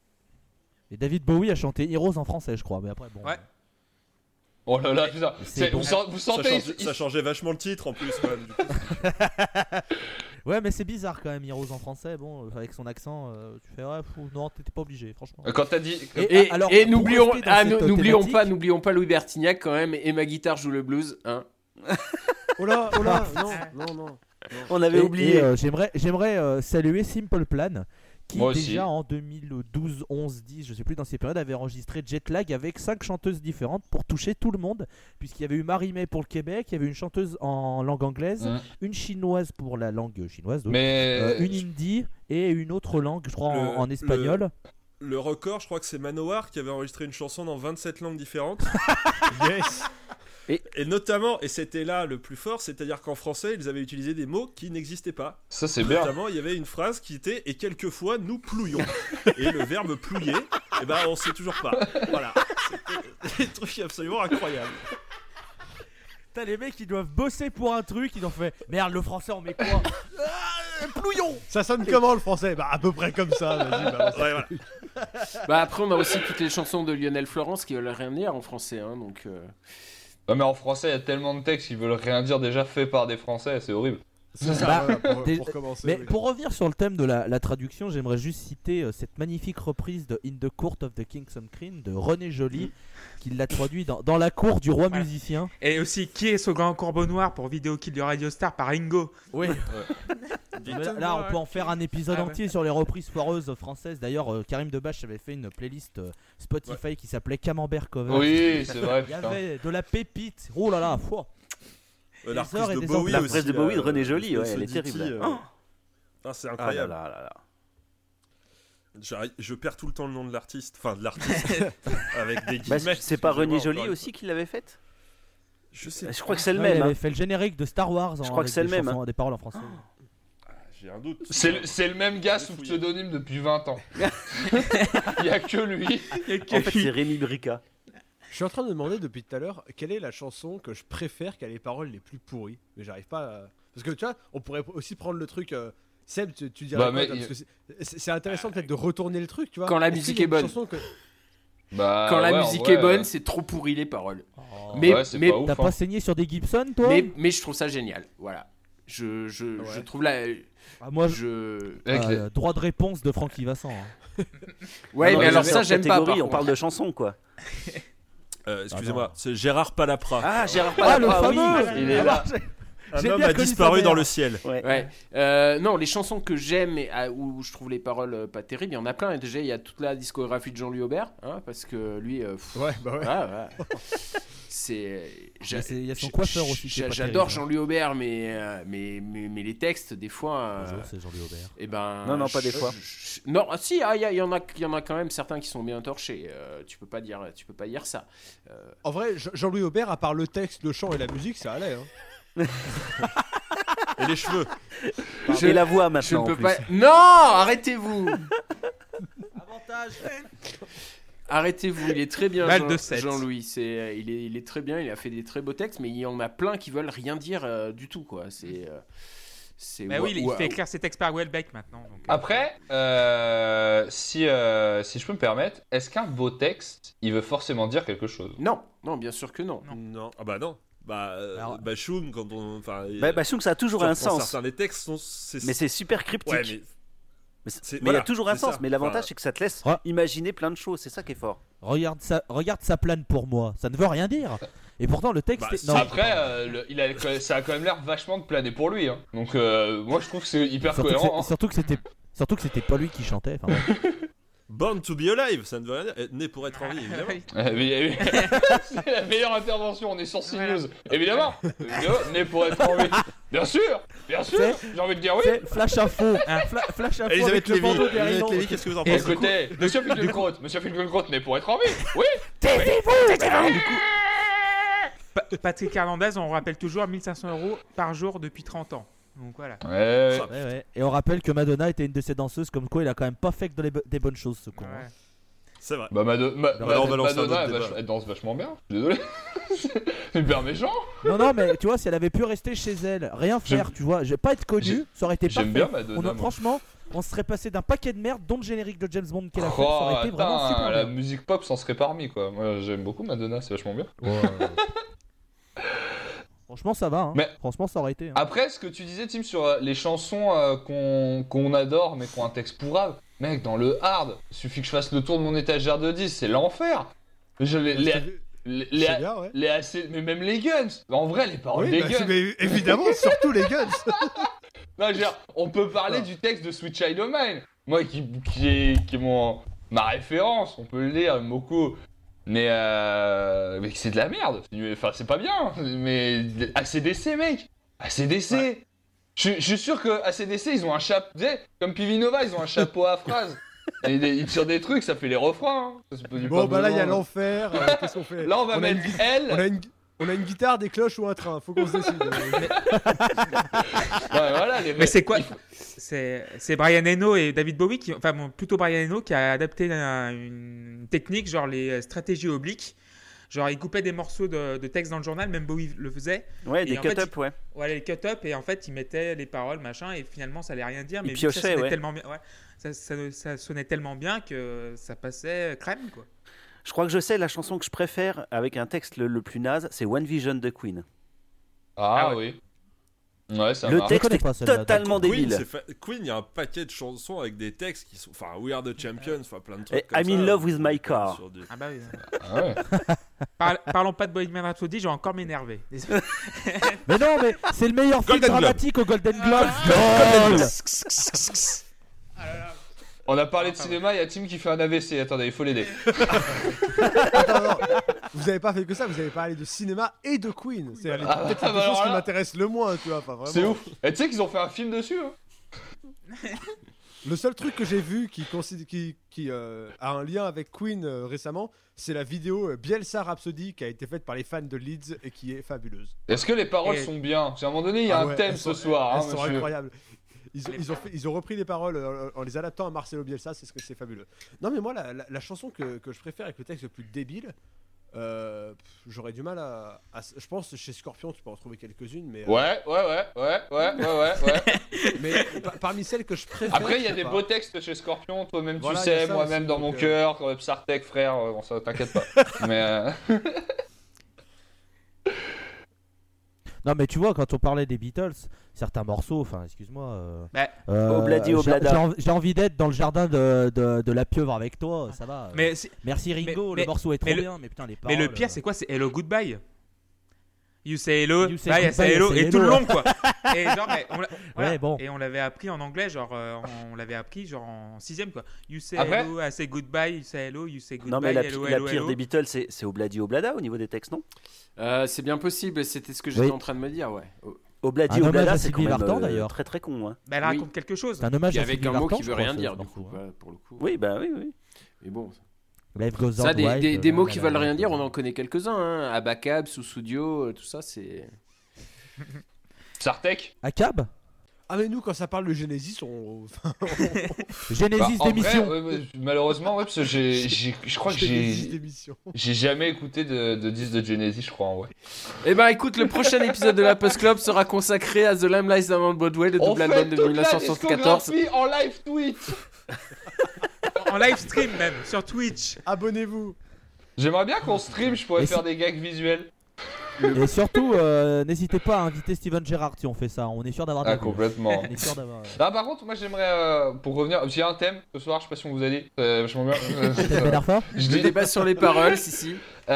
Et David Bowie a chanté Heroes en français, je crois. Mais après, bon. Ouais. Oh là là, putain. C'est C'est- bon. Vous, sen- vous Ça, sentez. change- ça changeait vachement le titre en plus. Quand même, du coup. Ouais, mais c'est bizarre quand même, Heroes en français. Bon, euh, avec son accent, euh, tu fais ouais, fou, non, t'étais pas obligé, franchement. Quand t'as dit. Et- Et, alors, et pour n'oublions, rester dans ah, cette nou- n'oublions thématique- pas, n'oublions pas Louis Bertignac quand même. Et ma guitare joue le blues. Hein. Oh là, oh là, non, non, non. On avait Et- oublié. et, euh, j'aimerais, j'aimerais euh, saluer Simple Plan, qui Moi aussi. déjà en deux mille douze, onze, dix, je sais plus dans ces périodes, avait enregistré Jetlag avec cinq chanteuses différentes pour toucher tout le monde, puisqu'il y avait eu Marie-May pour le Québec, il y avait une chanteuse en langue anglaise, Hum. une chinoise pour la langue chinoise, donc, Mais. euh, une hindi et une autre langue, je crois, en, Le- en espagnol. Le record, je crois que c'est Manowar qui avait enregistré une chanson dans vingt-sept langues différentes. Yes. Et, et notamment, et c'était là le plus fort, c'est-à-dire qu'en français, ils avaient utilisé des mots qui n'existaient pas. Ça c'est bien. Notamment, il y avait une phrase qui était « Et quelquefois, nous plouions ». Et le verbe « plouiller », eh ben, on sait toujours pas. Voilà. C'était des trucs absolument incroyables. T'as les mecs qui doivent bosser pour un truc, ils ont fait merde, le français on met quoi? Ah, Plouillon. Ça sonne comment le français? Bah à peu près comme ça. Vas-y, balance. Ouais, voilà. Bah après, on a aussi toutes les chansons de Lionel Florence qui veulent rien dire en français. Hein, donc, euh, Ouais, mais en français, il y a tellement de textes qui veulent rien dire déjà fait par des Français, c'est horrible. C'est ça, Bah, voilà, pour, des- pour commencer. Mais oui. pour revenir sur le thème de la, la traduction, j'aimerais juste citer euh, cette magnifique reprise de In the Court of the King's Queen de René Joly, qui l'a traduit dans, dans la cour du roi Ouais. musicien. Et aussi, qui est ce grand corbeau noir pour Vidéo Kill du Radio Star par Ringo? Oui. Là, là, on peut en faire un épisode Ah ouais. entier sur les reprises foireuses françaises. D'ailleurs, euh, Karim Debache avait fait une playlist euh, Spotify qui s'appelait Camembert Cover. Oui, c'est vrai, Il y putain. avait de la pépite. Oh là là, foi. Euh, La Des heures reprise et de des heures. Bowie La aussi. reprise de Bowie de là, René Joly, ce- ouais, ce elle est Ditty, terrible. euh, Oh. Ah, c'est Ah là incroyable. là là là. J'arrive- Je perds tout le temps le nom de l'artiste. Enfin, de l'artiste. Avec des Bah, guillemets. c'est pas René excusez-moi, Joly encore une aussi qui l'avait faite? Je sais. Je crois que c'est le Ouais, il même. avait hein. fait le générique de Star Wars. Je en- crois que avec c'est le des même, chansons- Des paroles en français. J'ai un doute. C'est le, c'est le même gars sous Fouillé. pseudonyme depuis vingt ans. Il y a que lui. Et que- En fait, c'est Rémi Brica. Je suis en train de me demander depuis tout à l'heure quelle est la chanson que je préfère qui a les paroles les plus pourries, mais j'arrive pas à... Parce que tu vois, on pourrait aussi prendre le truc... Euh... Seb, tu, tu dirais Bah, quoi, mais toi, il- parce que c'est, c'est intéressant peut-être de retourner le truc, tu vois. Quand la Est-ce musique qu'il y a est une bonne. chanson que- Bah, Quand la ouais, en musique vrai, est bonne, euh, c'est trop pourri les paroles. Oh. Mais, ouais, c'est mais, pas ouf. T'as hein. pas saigné sur des Gibson, toi mais, mais je trouve ça génial. Voilà. Je, je, Ouais. je trouve la. Ah, moi, je... Je... Avec les- euh, droit de réponse de Francky Vincent. hein. Ouais, Non, mais mais alors c'est ça, hors j'aime pas. catégorie, par on contre. parle de chansons, quoi. Euh, Excusez-moi, c'est Gérard Palapra. Ah, Gérard Ah, le Palapra, oui. fameux il est là. Un j'ai homme bien a connu disparu sa dans mère. le ciel. Ouais. Ouais. Euh, non, les chansons que j'aime et ah, où je trouve les paroles euh, pas terribles, il y en a plein. Et déjà, il y a toute la discographie de Jean-Louis Aubert, hein, parce que lui, euh, pff, Ouais, bah ouais. voilà, voilà. c'est. j'a- Mais c'est- il y a son j- coiffeur j- aussi qui est pas J'adore terrible, hein. Jean-Louis Aubert, mais, euh, mais, mais, mais les textes, des fois. euh, Bonjour, c'est Jean-Louis Aubert. eh ben, Non, non, pas des je- fois. je- non, ah, si, ah, il y, a- il y en a, il y en a quand même certains qui sont bien torchés. euh, tu peux pas dire, tu peux pas dire ça. Euh, En vrai, Jean- Jean-Louis Aubert, à part le texte, le chant et la musique, ça allait. Hein. Et les cheveux. Et la voix je maintenant. ne en peux plus. pas. Non, arrêtez-vous. Avantage. Arrêtez-vous, il est très bien, Balle Jean- de sept. Jean-Louis. C'est, il est, il est très bien. Il a fait des très beaux textes, mais il y en a plein qui veulent rien dire euh, du tout, quoi. C'est, euh, c'est. Bah wa- oui, il wa- fait écrire ses textes par Welbeck maintenant. donc, euh, Après, euh, si, euh, si je peux me permettre, est-ce qu'un beau texte, il veut forcément dire quelque chose? Non, non, bien sûr que non. Non. Non. Ah bah non. Bah, euh, Alors- Bashung, quand on. Enfin, Bah, bah, je trouve que ça a toujours un sens. Certains des textes sont. c'est- Mais c'est super cryptique. Ouais, mais. Mais c'est- c'est- mais il voilà, y a toujours un c'est sens. ça. Mais l'avantage, Enfin, c'est que ça te laisse Ouais. imaginer plein de choses. C'est ça qui est fort. Regarde ça, regarde ça plane pour moi. Ça ne veut rien dire. Et pourtant, le texte. Bah, est... non, Après, euh, le- il a, ça a quand même l'air vachement de planer pour lui. Hein. Donc, euh, moi, je trouve que c'est hyper surtout, que cohérent. c'est- surtout que c'était, surtout que c'était pas lui qui chantait. Enfin, ouais. Born to be alive, ça ne veut rien dire. Né pour être en vie, évidemment. oui. Euh, mais- mais- c'est la meilleure intervention, on est sur CNews. Évidemment, évidemment, né pour être en vie. Bien sûr, bien sûr, C'est- j'ai envie de dire oui. C'est flash info. Hein, fla- flash info Elisabeth avec le Lévy, bandeau derrière. Elisabeth Lévy, qu'est-ce que vous en Et pensez? Écoutez, monsieur Finkielkraut, monsieur Finkielkraut, né pour être en vie. Oui. Pa- Patrick Hernandez, on rappelle toujours mille cinq cents euros par jour depuis trente ans. Donc voilà. Ouais, Ouais, ouais. Et on rappelle que Madonna était une de ces danseuses, comme quoi il a quand même pas fait que dans les bo- des bonnes choses, ce con. hein. Ouais. C'est vrai. bah Mado- Ma- Bah, Ma- on va lancer un Madonna, autre elle, débat. vache- elle danse vachement bien. Désolé. C'est hyper méchant. Non, non, mais tu vois, si elle avait pu rester chez elle, rien faire, J'aime- tu vois, j'ai pas être connu, J'ai- ça aurait été J'aime parfait. bien Madonna. On a- moi. franchement, on se serait passé d'un paquet de merde, dont le générique de James Bond qu'elle a fait, ça Oh, aurait été vraiment attends, super la bien. musique pop s'en serait parmi quoi. Moi j'aime beaucoup Madonna, c'est vachement bien. Franchement, ça va. Hein. Mais- Franchement, ça aurait été. hein. Après, ce que tu disais, Tim, sur euh, les chansons euh, qu'on qu'on adore mais qui ont un texte pourrave, mec, dans le hard, il suffit que je fasse le tour de mon étagère de disques, c'est l'enfer. Je, les, les, les, les- C'est bien, ouais. les A C mais même les Guns. En vrai, les paroles Oui, des bah, Guns. c'est- mais évidemment, surtout les Guns. Non, je veux dire, on peut parler Non. du texte de Sweet Child of Mine. Moi, qui, qui est, qui est mon, ma référence, on peut le lire, Moko. Mais, euh, mais c'est de la merde. Enfin, c'est pas bien. Mais A C D C, mec. A C D C. Je, je suis sûr que A C D C, ils ont un chapeau. Tu sais, comme Pivinova, ils ont un chapeau à phrase. Et des- ils tirent des trucs, ça fait les refrains. hein. Ça, c'est pas du Bon, pas bah là, il y a besoin. l'enfer. euh, Qu'est-ce qu'on fait Là, on va a mettre une, elle. on, a une, on a une guitare, des cloches ou un train. Faut qu'on se décide. Ouais, voilà, les Mais c'est quoi il faut- C'est c'est Brian Eno et David Bowie qui, enfin bon, plutôt Brian Eno qui a adapté un- une technique genre les stratégies obliques. Genre il coupait des morceaux de, de texte dans le journal, même Bowie le faisait. Ouais, Et des en fait, cut-up, ouais. Voilà les cut-up et en fait il mettait les paroles machin et finalement ça allait rien dire. Mais Il vu que ça piochait, sonnait ouais. tellement bien, ouais, ça, ça, ça sonnait tellement bien que ça passait crème quoi. Je crois que je sais la chanson que je préfère avec un texte le, le plus naze, c'est One Vision de Queen. Ah, Ah oui. Ouais, ça Le marche. texte connais est pas celle-là, totalement Queen, débile. c'est fa- Queen, il y a un paquet de chansons avec des textes qui sont. Enfin, We Are the Champions, enfin plein de trucs. Et comme I'm ça, in love on with peut my parler car. sur du- Ah bah oui. Ah ouais. Par- parlons pas de Bohemian Rhapsody, je vais encore m'énerver. Désolé. Mais non, mais c'est le meilleur film Golden Globe. dramatique au Golden Globe. Ah, Goal. On a parlé de cinéma, il y a Tim qui fait un A V C. Attendez, il faut l'aider. Attends, non. Vous avez pas fait que ça, vous avez parlé de cinéma et de Queen. C'est les- Ah, peut-être bah les deux alors choses qui là. m'intéressent le moins, tu vois. Enfin, vraiment. C'est ouf. Et tu sais qu'ils ont fait un film dessus. Hein. Le seul truc que j'ai vu qui, consid- qui, qui euh, a un lien avec Queen euh, récemment, c'est la vidéo euh, Bielsa Rhapsody qui a été faite par les fans de Leeds et qui est fabuleuse. Est-ce que les paroles Et- sont bien? Parce qu'à un moment donné, il y a Ah un ouais, thème elles ce sont- soir, hein, Elles sont monsieur. incroyables. Ils ont, ils, ont fait- ils ont repris les paroles euh, en les adaptant à Marcelo Bielsa, c'est ce que c'est fabuleux. Non mais moi la, la- la chanson que, que je préfère avec le texte le plus débile, Euh, pff, j'aurais du mal à, à- Je pense que chez Scorpion, tu peux en trouver quelques-unes, mais. euh, Ouais, ouais, ouais, ouais, ouais, ouais, ouais, ouais. Mais pa- parmi celles que je préfère. Après, il y a je sais des pas. beaux textes chez Scorpion, toi-même Voilà, tu il y a sais, ça moi-même aussi, dans mon donc, euh, cœur, euh, Psartek, frère, euh, bon, ça t'inquiète pas. Mais. Euh... Non, mais tu vois, quand on parlait des Beatles, certains morceaux, enfin, excuse-moi. euh, Bah, euh, Obladi j'ai- Oblada. J'ai envie- j'ai envie d'être dans le jardin de, de, de la pieuvre avec toi, ça va. euh. mais, c'est- Merci Ringo, mais- le morceau est trop mais le- bien, mais putain, les mais paroles. le pire, c'est quoi? C'est Hello Goodbye. You say hello, You say bye, I goodbye, say I hello, say et tout le hello. long, quoi. Et genre, mais on l'a- voilà. Ouais, bon. Et on l'avait appris en anglais, genre, euh, on l'avait appris genre en sixième, quoi. You say Après- hello, I say goodbye, you say hello, you say goodbye, Non, mais la, hello, pi- la hello, pire hello. des Beatles, c'est, c'est Obladi Oblada au niveau des textes, non? Euh, c'est bien possible, c'était ce que j'étais Oui. en train de me dire, ouais. Oh. Obladi Un hommage Oblada, à c'est quand Sylvie même Vartan, euh, d'ailleurs. très très con. Hein. Bah, elle Oui. raconte quelque chose. C'est un hommage Puis à avec Sylvie un mot Vartan, qui je veut crois, rien ce dire, du morceau, coup, hein. ouais, pour le coup. Oui, bah oui, oui. Mais bon. Life goes Ça, on des, wild, des, des euh, mots là, qui là, veulent là, rien là, dire, là. on en connaît quelques-uns. Hein. Abacab, sous-studio, euh, tout ça, c'est. Psartek Acab Ah, mais nous, quand ça parle de Genesis, on. Genesis Bah, en d'émission. vrai, ouais, ouais, malheureusement, ouais, parce que j'ai, j'ai- je crois que Genesis j'ai, d'émission. j'ai jamais écouté de, de disque de Genesis, je crois, en vrai. Eh ben, écoute, le prochain épisode de la Post Club sera consacré à The Lamb Lies Down on Broadway, le On double fait album de toute mille neuf cent la soixante-quatorze. discographie en live tweet. En live stream, même, sur Twitch. Abonnez-vous. J'aimerais bien qu'on stream, je pourrais Et faire si- des gags visuels. Et surtout, euh, n'hésitez pas à inviter Steven Gerrard si on fait ça. On est sûr d'avoir de Ah, la vue. complètement. On est sûr d'avoir. Ah, par contre, moi j'aimerais, euh, pour revenir, j'ai un thème ce soir, je sais pas si on vous a dit, c'est vachement bien. Peut-être Ben Arfa Je Le dis- débat sur les paroles, si, si.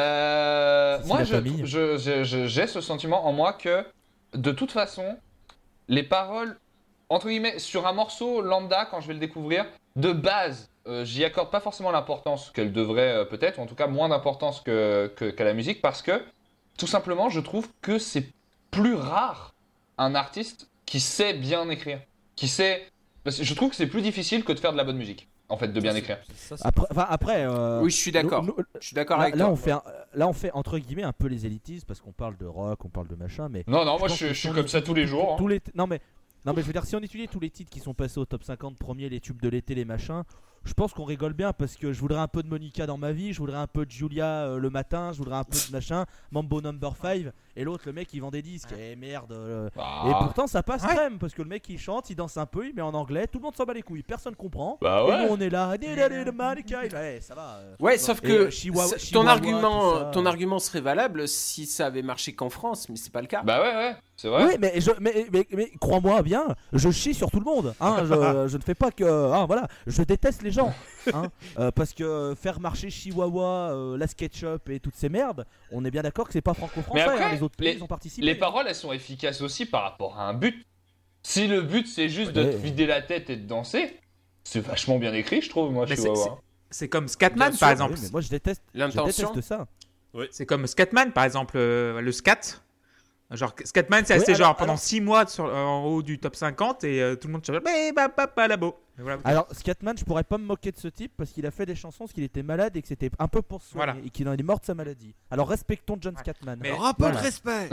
Euh, Si, moi, la je- famille. je- je- je- j'ai ce sentiment en moi que, de toute façon, les paroles, entre guillemets, sur un morceau lambda, quand je vais le découvrir, de base, euh, j'y accorde pas forcément l'importance qu'elle devrait euh, peut-être, ou en tout cas moins d'importance que, que- qu'à la musique, parce que, tout simplement, je trouve que c'est plus rare un artiste qui sait bien écrire, qui sait... parce que je trouve que c'est plus difficile que de faire de la bonne musique, en fait, de bien écrire. Ça, c'est- Après, enfin, après euh, Oui, je suis d'accord. nous- nous- Je suis d'accord Là, avec là, toi. on fait un- là, on fait entre guillemets un peu les élitistes parce qu'on parle de rock, on parle de machin, mais Non, non, moi pense je, que je si suis on comme ça étudie tous les tout- jours. hein. tous les non mais non mais je veux dire si on étudie tous les titres qui sont passés au top cinquante premiers, les tubes de l'été, les machins, je pense qu'on rigole bien parce que je voudrais un peu de Monica dans ma vie, je voudrais un peu de Julia euh, le matin, je voudrais un peu de machin, Mambo Number five, et l'autre le mec il vend des disques, et merde. euh, Bah, Et pourtant ça passe Ouais. crème parce que le mec il chante, il danse un peu, il met en anglais, tout le monde s'en bat les couilles, personne comprend. bah Et ouais. nous on est là, Monica, ouais, ça va. euh, Ouais, sauf Et, que euh, Chihuahua- c'est- ton, Chihuahua, argument, tout ça. ton argument serait valable si ça avait marché qu'en France, mais c'est pas le cas. Bah ouais, ouais, c'est vrai. Oui, mais, je, mais, mais, mais crois-moi bien, je chie sur tout le monde. Hein, je, je ne fais pas que. Hein, voilà, je déteste les gens. Hein, euh, parce que faire marcher Chihuahua, euh, la SketchUp et toutes ces merdes, on est bien d'accord que c'est pas franco-français. Mais après, hein, les autres pays les- ils ont participé. Les paroles, elles sont efficaces aussi par rapport à un but. Si le but c'est juste de Ouais. te vider la tête et de danser, c'est vachement bien écrit, je trouve. Moi, Mais je c'est- vois. C'est comme Scatman, Bien par sûr, exemple. Oui, mais moi je déteste, je L'intention. déteste ça. C'est comme Scatman, par exemple, euh, le scat. Genre, Scatman, c'est Oui, resté alors- genre pendant alors- six mois sur, en haut du top cinquante et euh, tout le monde s'appelle Mais bah, bah, bah, là-bas. Et voilà. Alors, Scatman, je pourrais pas me moquer de ce type parce qu'il a fait des chansons parce qu'il était malade et que c'était un peu pour se soigner Voilà. et qu'il en est mort de sa maladie. Alors respectons John Scatman. Mais- Alors, un peu Voilà. de respect.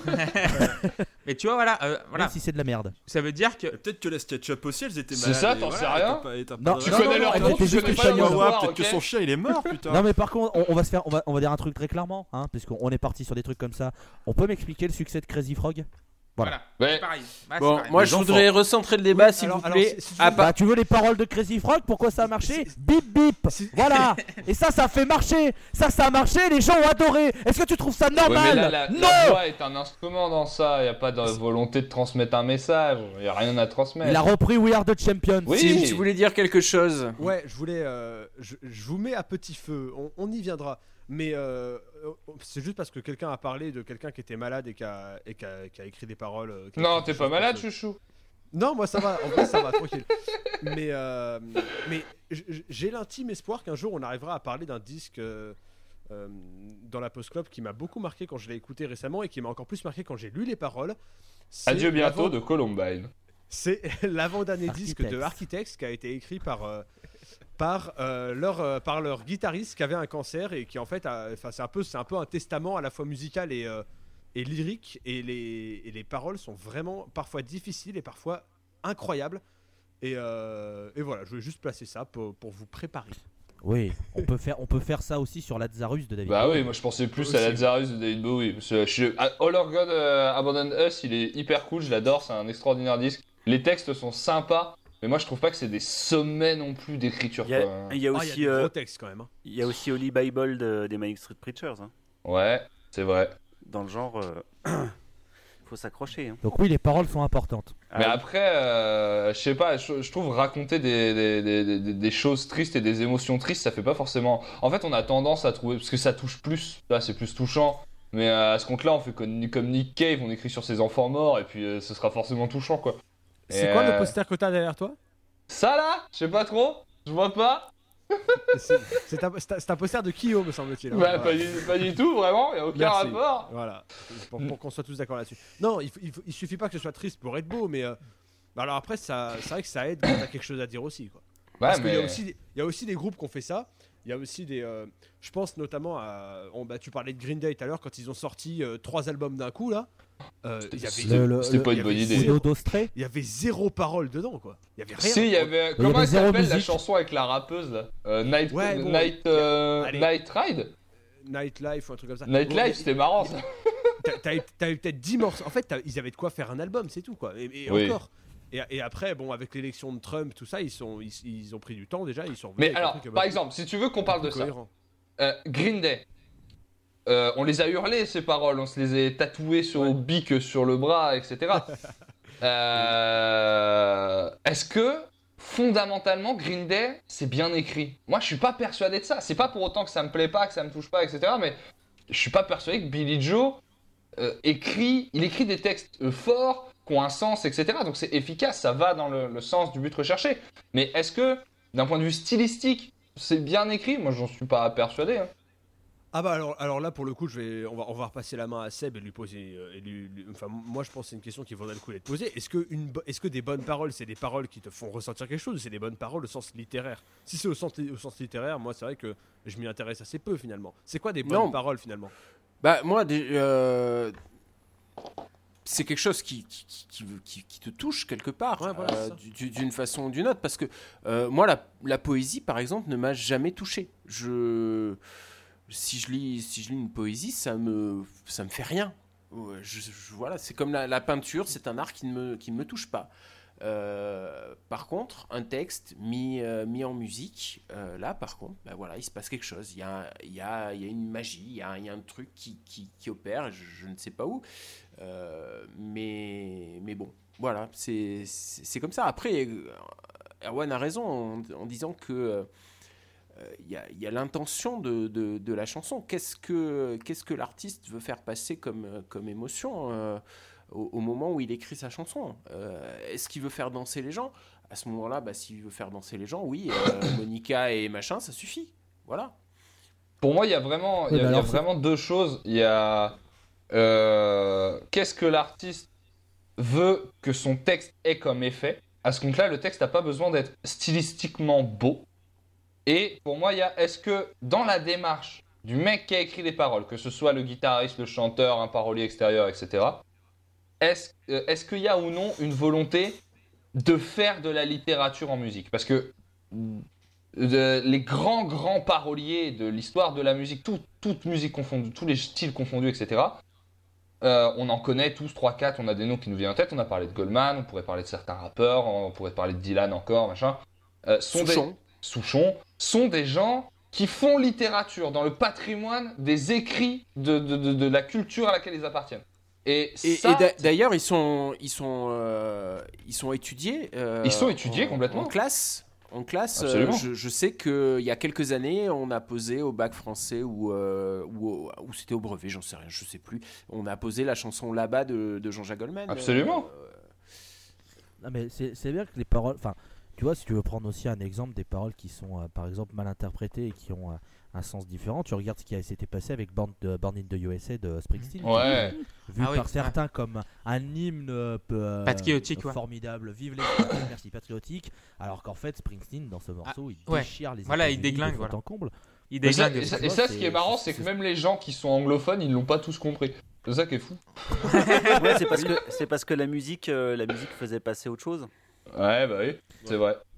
Mais tu vois, voilà, euh, voilà. Même si c'est de la merde. Ça veut dire que. Et Peut-être que les SketchUp aussi, elles étaient C'est malades. ça, et t'en voilà, sais rien. t'as pas- t'as pas Non, de Tu non, raison. connais non, leur elle nom, était tu juste connais pas espagnole. leur Chihuahua, voir, peut-être que ok. son chien il est mort, putain. Non mais par contre, on, on va se faire, on va, on va dire un truc très clairement, hein, puisqu'on on est parti sur des trucs comme ça. On peut m'expliquer le succès de Crazy Frog? Voilà. Voilà. Ouais. C'est pareil. Bah, c'est Bon, pareil. moi Les je enfants. voudrais recentrer le débat, Oui, s'il alors- vous alors, plaît. si- si tu à veux- part- Bah tu veux les paroles de Crazy Frog? Pourquoi ça a marché? C'est- Bip bip. c'est- Voilà. Et ça, ça fait marcher. Ça, ça a marché. Les gens ont adoré. Est-ce que tu trouves ça Ouais, mais normal? là, la, Non. la voix est un instrument dans ça. Y a pas de volonté de transmettre un message. Y a rien à transmettre. Il a repris We Are the Champions. Oui. Tim, tu voulais dire quelque chose? Ouais, je voulais. euh, je, je vous mets à petit feu. On, on y viendra. Mais euh, euh, c'est juste parce que quelqu'un a parlé de quelqu'un qui était malade et qui a, et qui a, qui a écrit des paroles. euh, qui a Non, écrit t'es des pas choses malade, comme ça. chouchou. Non, moi ça va. En vrai, ça va, tranquille. Mais, euh, mais j- j- j'ai l'intime espoir qu'un jour on arrivera à parler d'un disque euh, euh, dans la Post Club qui m'a beaucoup marqué quand je l'ai écouté récemment et qui m'a encore plus marqué quand j'ai lu les paroles. C'est Adieu bientôt l'avant- de Columbine. C'est l'avant-dernier disque de Architects. Architects qui a été écrit par, euh, par, euh, leur, euh, par leur guitariste qui avait un cancer et qui en fait, a- enfin, c'est un peu, c'est un peu un testament à la fois musical et, euh, et lyrique et les, et les paroles sont vraiment parfois difficiles et parfois incroyables. Et, euh, et voilà, je voulais juste placer ça pour, pour vous préparer. Oui, on peut faire, on peut faire ça aussi sur Lazarus de David Bah Bowie. oui, moi je pensais plus Aussi. à Lazarus de David Bowie. Parce que je, All Our God euh, Abandon Us, il est hyper cool, je l'adore, c'est un extraordinaire disque. Les textes sont sympas, mais moi je trouve pas que c'est des sommets non plus d'écriture. Il y a, quoi. il y a Ah, il y a aussi, des euh, gros textes quand même. hein. il y a aussi Holy Bible de- des Manic Street Preachers. hein. Ouais, c'est vrai. Dans le genre, euh, faut s'accrocher. hein. Donc oui, les paroles sont importantes. Ah Mais oui. après, euh, je sais pas, je, je trouve raconter des, des, des, des, des choses tristes et des émotions tristes, ça fait pas forcément. En fait, on a tendance à trouver. Parce que ça touche plus, là c'est plus touchant. Mais euh, à ce compte-là, on fait comme, comme Nick Cave, on écrit sur ses enfants morts et puis euh, ce sera forcément touchant quoi. C'est Et, quoi euh, le poster que t'as derrière toi? Ça là Je sais pas trop, je vois pas. C'est c'est un, c'est un- c'est un poster de Kyo, me semble-t-il. hein. Bah, Voilà. pas, du, pas du tout, vraiment, y a aucun Merci. rapport. Voilà, pour, pour qu'on soit tous d'accord là-dessus. Non, il, faut- il, faut- il suffit pas que ce soit triste pour être beau, mais euh, bah alors après, ça, c'est vrai que ça aide quand t'as quelque chose à dire aussi. Quoi. Ouais, Parce qu'il y, a mais. aussi des- il y a aussi des groupes qui ont fait ça. Il y a aussi des. euh, je pense notamment à. on- bah, tu parlais de Green Day tout à l'heure, quand ils ont sorti euh, trois albums d'un coup là. euh, il y avait- C'était Le- le- c'était le- pas il y une bonne avait idée. zéro- Uno Dostre. il y avait zéro parole dedans, quoi. Il y avait rien. Si, il y avait. y Comment avait elle zéro s'appelle la musique. chanson avec la rappeuse là euh, Night, Ouais, bon, Night, il y a- euh, allez. Night Ride Nightlife ou un truc comme ça. Night Bon, Life, mais- c'était marrant ça. T'as- T'avais t'avais peut-être dix morceaux. En fait, t'as- ils avaient de quoi faire un album, c'est tout, quoi. Et, et Oui. encore. Et, et après, bon, avec l'élection de Trump, tout ça, ils, sont, ils, ils ont pris du temps déjà. Ils sont revenus Mais avec un alors, truc, par bah, exemple, si tu veux qu'on parle de plus ça, cohérent. euh, Green Day, euh, on les a hurlées ces paroles, on se les a tatouées sur le bic, sur le bras, et cetera. Euh, Est-ce que fondamentalement Green Day c'est bien écrit? Moi je suis pas persuadé de ça. C'est pas pour autant que ça me plaît pas, que ça me touche pas, et cetera. Mais je suis pas persuadé que Billy Joe euh, écrit, il écrit des textes euh, forts, qui ont un sens, et cetera. Donc c'est efficace, ça va dans le, le sens du but recherché. Mais est-ce que d'un point de vue stylistique c'est bien écrit? Moi j'en suis pas persuadé. hein. Ah bah alors, alors là, pour le coup, je vais, on, va, on va repasser la main à Seb et lui poser. euh, et lui, lui- enfin, moi, je pense que c'est une question qui vaudrait le coup d'être posée. Est-ce que, une, bo- est-ce que des bonnes paroles, c'est des paroles qui te font ressentir quelque chose ou c'est des bonnes paroles au sens littéraire? Si c'est au sens, li- au sens littéraire, moi, c'est vrai que je m'y intéresse assez peu finalement. C'est quoi des bonnes Non. paroles finalement? Bah, moi, des- euh, c'est quelque chose qui, qui, qui, qui- qui te touche quelque part, Ouais, voilà, euh, c'est ça. du- du- d'une façon ou d'une autre. Parce que euh, moi, la, la poésie, par exemple, ne m'a jamais touché. Je, si, je lis, si je lis une poésie, ça me, ça me fait rien. Ouais, je- je- voilà, c'est comme la, la peinture, c'est un art qui ne me, qui ne me touche pas. Euh, par contre, un texte mis, euh, mis en musique, euh, là, par contre, bah voilà, il se passe quelque chose. Il y a, il y a, il y a une magie, il y a, il y a un truc qui, qui, qui opère, je, je ne sais pas où. Euh, mais, mais bon, voilà, c'est, c'est, c'est comme ça. Après, euh, Erwan a raison en, en disant que euh, il y a, il y a l'intention de, de, de la chanson. Qu'est-ce que, qu'est-ce que l'artiste veut faire passer comme, comme émotion euh, au, au moment où il écrit sa chanson? Euh, Est-ce qu'il veut faire danser les gens? À ce moment-là, bah, s'il veut faire danser les gens, oui, euh, Monica et machin, ça suffit. Voilà. Pour moi, il y a vraiment, il y a, Oui, bah il y a alors, vraiment deux choses. Il y a euh, qu'est-ce que l'artiste veut que son texte ait comme effet. À ce compte-là, le texte n'a pas besoin d'être stylistiquement beau. Et pour moi, il y a est-ce que dans la démarche du mec qui a écrit les paroles, que ce soit le guitariste, le chanteur, un parolier extérieur, et cetera, est-ce euh, est-ce qu'il y a ou non une volonté de faire de la littérature en musique? Parce que de- les grands, grands paroliers de l'histoire de la musique, tout- toute musique confondue, tous les styles confondus, et cetera, euh, on en connaît tous, trois quatre, on a des noms qui nous viennent en tête. On a parlé de Goldman, on pourrait parler de certains rappeurs, on pourrait parler de Dylan encore, machin. Euh, sont Souchon. Des, Souchon, sont des gens qui font littérature dans le patrimoine des écrits de, de, de, de la culture à laquelle ils appartiennent. Et, Et, ça, et d'a- d'ailleurs, ils sont, ils sont, euh, ils sont étudiés. euh, Ils sont étudiés en- complètement. En classe. En classe, euh, Absolument. je, je sais qu'il y a quelques années, on a posé au bac français ou, euh, ou, au- ou c'était au brevet, j'en sais rien, je sais plus. On a posé la chanson Là-bas de, de Jean-Jacques Goldman. Absolument. Euh, Non, mais c'est c'est bien que les paroles. Enfin, tu vois, si tu veux prendre aussi un exemple des paroles qui sont, euh, par exemple, mal interprétées et qui ont euh, un sens différent, tu regardes ce qui a- s'était passé avec Born, de, Born in the U S A de Springsteen. qui Ouais. est vu Ah oui, par certains comme un hymne euh, peu, euh, Patriotique, ouais. formidable, vive les merci patriotique, alors qu'en fait Springsteen dans ce morceau il ouais. déchire les Voilà, il États-Unis de déglingue, fond voilà. en comble. Il Et ça, déglingue. et ça- tu et vois, ça, ce qui c'est- est marrant, c'est que c'est- même les gens qui sont anglophones, ils l'ont pas tous compris. C'est ça qui est fou. Ouais, c'est parce que c'est parce que la musique, euh, la musique faisait passer autre chose. Ouais, bah oui, c'est vrai.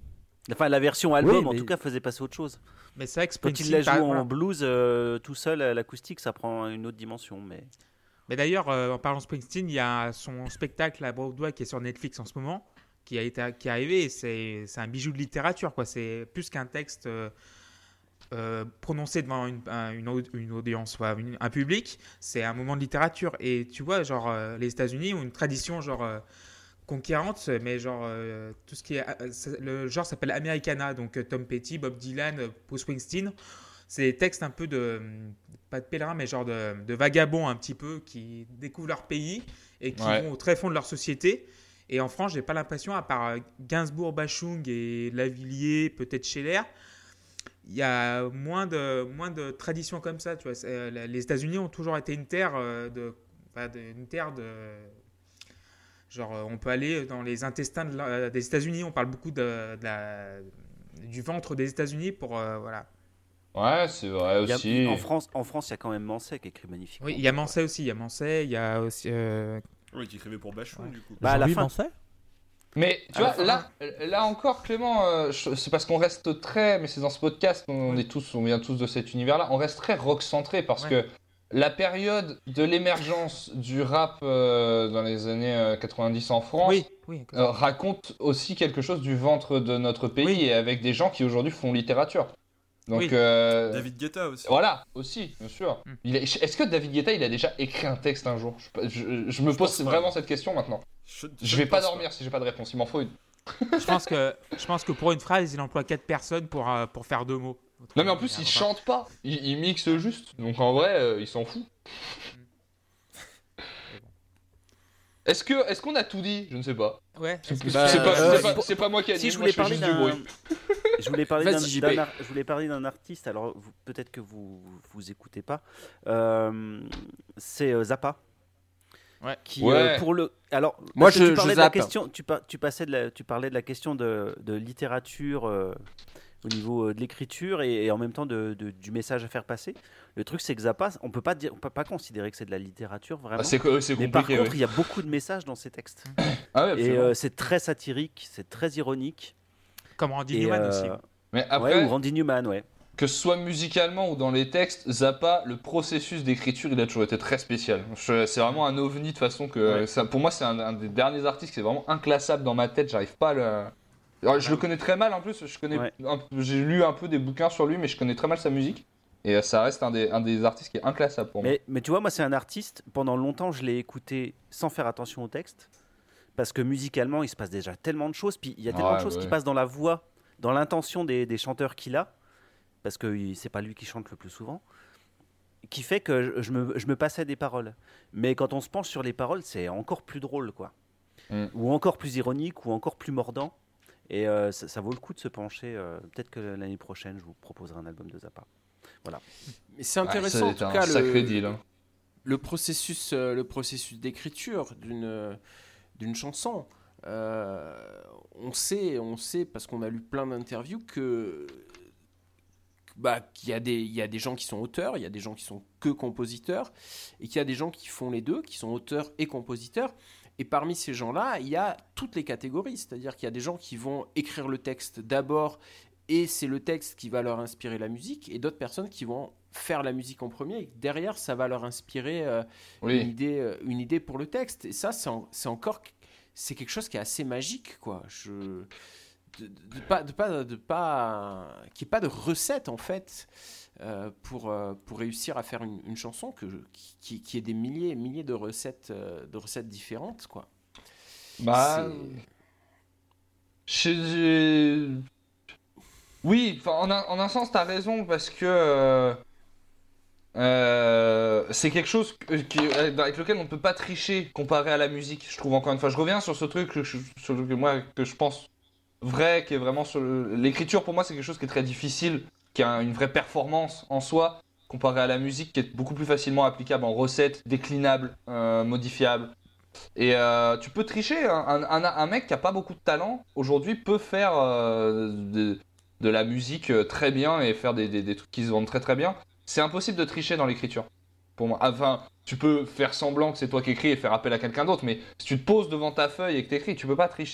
Enfin, la version album, Oui, en mais- tout cas, faisait passer autre chose. Mais c'est vrai que Quand il Springsteen, la joue par- en voilà. blues euh, tout seul à l'acoustique, ça prend une autre dimension. Mais Mais d'ailleurs, euh, en parlant de Springsteen, il y a son spectacle à Broadway qui est sur Netflix en ce moment, qui a été qui est arrivé. Et c'est c'est un bijou de littérature, quoi. C'est plus qu'un texte euh, euh, prononcé devant une, un- une, au- une audience, ouais, une- un public. C'est un moment de littérature. Et tu vois, genre euh, les États-Unis ont une tradition genre euh, conquérante, mais genre euh, tout ce qui est euh, c'est- le genre s'appelle Americana. Donc euh, Tom Petty, Bob Dylan, euh, Bruce Springsteen. C'est des textes un peu de, pas de pèlerins, mais genre de, de vagabonds un petit peu qui découvrent leur pays et qui Ouais. vont au très fond de leur société. Et en France, j'ai pas l'impression, à part euh, Gainsbourg, Bachung et Lavilliers, peut-être Scheller, il y a moins de, moins de traditions comme ça. Tu vois. C'est, euh, les États-Unis ont toujours été une terre euh, de, enfin, de, une terre de, genre euh, on peut aller dans les intestins de la- des États-Unis. On parle beaucoup de, de la, du ventre des États-Unis pour euh, voilà. Ouais, c'est vrai il y a- aussi. en France, en France, il y a quand même Manset qui écrit magnifiquement. Oui, il y a Manset aussi. Il y a Manset. Il y a aussi. euh, Oui, qui écrivait pour Bachung, du coup. Bah, à la Jean-Louis fin- Manset Mais tu À la vois, fin, là, là encore, Clément, euh, je- c'est parce qu'on reste très, mais c'est dans ce podcast, on est tous, on vient tous de cet univers-là, on reste très rock centré parce Ouais. que la période de l'émergence du rap euh, dans les années euh, quatre-vingt-dix en France Oui, oui. euh, raconte aussi quelque chose du ventre de notre pays Oui. et avec des gens qui aujourd'hui font littérature. Donc Oui. euh, David Guetta aussi. voilà, aussi, bien sûr. Mm. Il est- Est-ce que David Guetta, il a déjà écrit un texte un jour? Je, je- je me Je pose pense pas. vraiment cette question maintenant. Je, Je vais ne pas pense dormir si j'ai pas de réponse, il m'en faut une. Je pense que je pense que pour une phrase, il emploie quatre personnes pour euh, pour faire deux mots. Non mais en plus il Enfin, chante pas, il, il mixe juste, donc en vrai euh, il s'en fout. Est-ce que est-ce qu'on a tout dit? Je ne sais pas. Ouais. C'est est-ce pas, que- c'est pas- euh, c'est pas- pour- c'est pas moi qui ai dit, Si je moi voulais je fais parler juste du d'un, bruit. je voulais parler d'un, Vas-y, J P. d'un ar- je voulais parler d'un artiste. Alors vous- peut-être que vous vous écoutez pas. Euh, c'est euh, Zappa. Ouais. Qui Ouais. euh, pour le alors Moi, parce que je- tu parlais je de la zappe. question tu, par- tu passais de la, tu parlais de la question de, de littérature euh, au niveau euh, de l'écriture et, et en même temps de, de- du message à faire passer. Le truc c'est que Zappa, on peut pas dire, on peut pas considérer que c'est de la littérature vraiment. Ah, c'est co- c'est Mais par compliqué. contre, ouais. il y a beaucoup de messages dans ces textes. Ah ouais, Et absolument. euh, c'est très satirique, c'est très ironique. Comme Randy Et, Newman euh, aussi. Mais ouais, après, ou Randy Newman, ouais. que ce soit musicalement ou dans les textes, Zappa, le processus d'écriture, il a toujours été très spécial. Je- C'est vraiment un ovni de toute façon que Ouais. ça, pour moi c'est un, un des derniers artistes qui est vraiment inclassable dans ma tête. J'arrive pas à le. Alors, je le connais très mal en plus. Je connais, Ouais. un- j'ai lu un peu des bouquins sur lui, mais je connais très mal sa musique. Et euh, ça reste un des, un des artistes qui est inclassable pour moi. Mais, mais tu vois, moi, c'est un artiste, pendant longtemps, je l'ai écouté sans faire attention au texte. Parce que musicalement, il se passe déjà tellement de choses. Puis il y a tellement Ouais, de choses ouais. qui passent dans la voix, dans l'intention des, des chanteurs qu'il a. Parce que il- c'est pas lui qui chante le plus souvent. Qui fait que je, je me, je me passais des paroles. Mais quand on se penche sur les paroles, c'est encore plus drôle, quoi. Mm. Ou encore plus ironique, ou encore plus mordant. Et euh, ça, ça vaut le coup de se pencher. euh, Peut-être que l'année prochaine, je vous proposerai un album de Zappa. Mais c'est Ouais, intéressant ça, en c'est tout un cas sacré le, deal. hein. le processus, euh, le processus d'écriture d'une euh, d'une chanson. Euh, on sait, on sait parce qu'on a lu plein d'interviews que bah, qu'il y a des, il y a des gens qui sont auteurs, il y a des gens qui sont que compositeurs, et qu'il y a des gens qui font les deux, qui sont auteurs et compositeurs. Et parmi ces gens-là, il y a toutes les catégories, c'est-à-dire qu'il y a des gens qui vont écrire le texte d'abord, et c'est le texte qui va leur inspirer la musique, et d'autres personnes qui vont faire la musique en premier, et derrière, ça va leur inspirer euh, une, Oui. idée, euh, une idée pour le texte. Et ça, c'est, en- c'est encore c'est quelque chose qui est assez magique, quoi. Je, de, de, de pas, de pas, de pas, qu'il n'y ait pas de recette, en fait, euh, pour, euh, pour réussir à faire une, une chanson que, qui, qui, qui ait des milliers et milliers de recettes, euh, de recettes différentes, quoi. Bah, C'est- je- j'ai- oui, enfin, en un, en un sens, t'as raison parce que euh, euh, c'est quelque chose que- qui, avec lequel on ne peut pas tricher comparé à la musique. Je trouve encore une fois, je reviens sur ce truc que je, sur le- que moi que je pense vrai, qui est vraiment sur le- l'écriture. Pour moi, c'est quelque chose qui est très difficile, qui a une vraie performance en soi comparé à la musique, qui est beaucoup plus facilement applicable en recettes, déclinables, euh, modifiables. Et euh, tu peux tricher. Un, un- un- un mec qui a pas beaucoup de talent aujourd'hui peut faire euh, de, de la musique euh, très bien et faire des, des- des trucs qui se vendent très très bien. C'est impossible de tricher dans l'écriture. Pour moi. Enfin, tu peux faire semblant que c'est toi qui écris et faire appel à quelqu'un d'autre, mais si tu te poses devant ta feuille et que t'écris, tu peux pas tricher.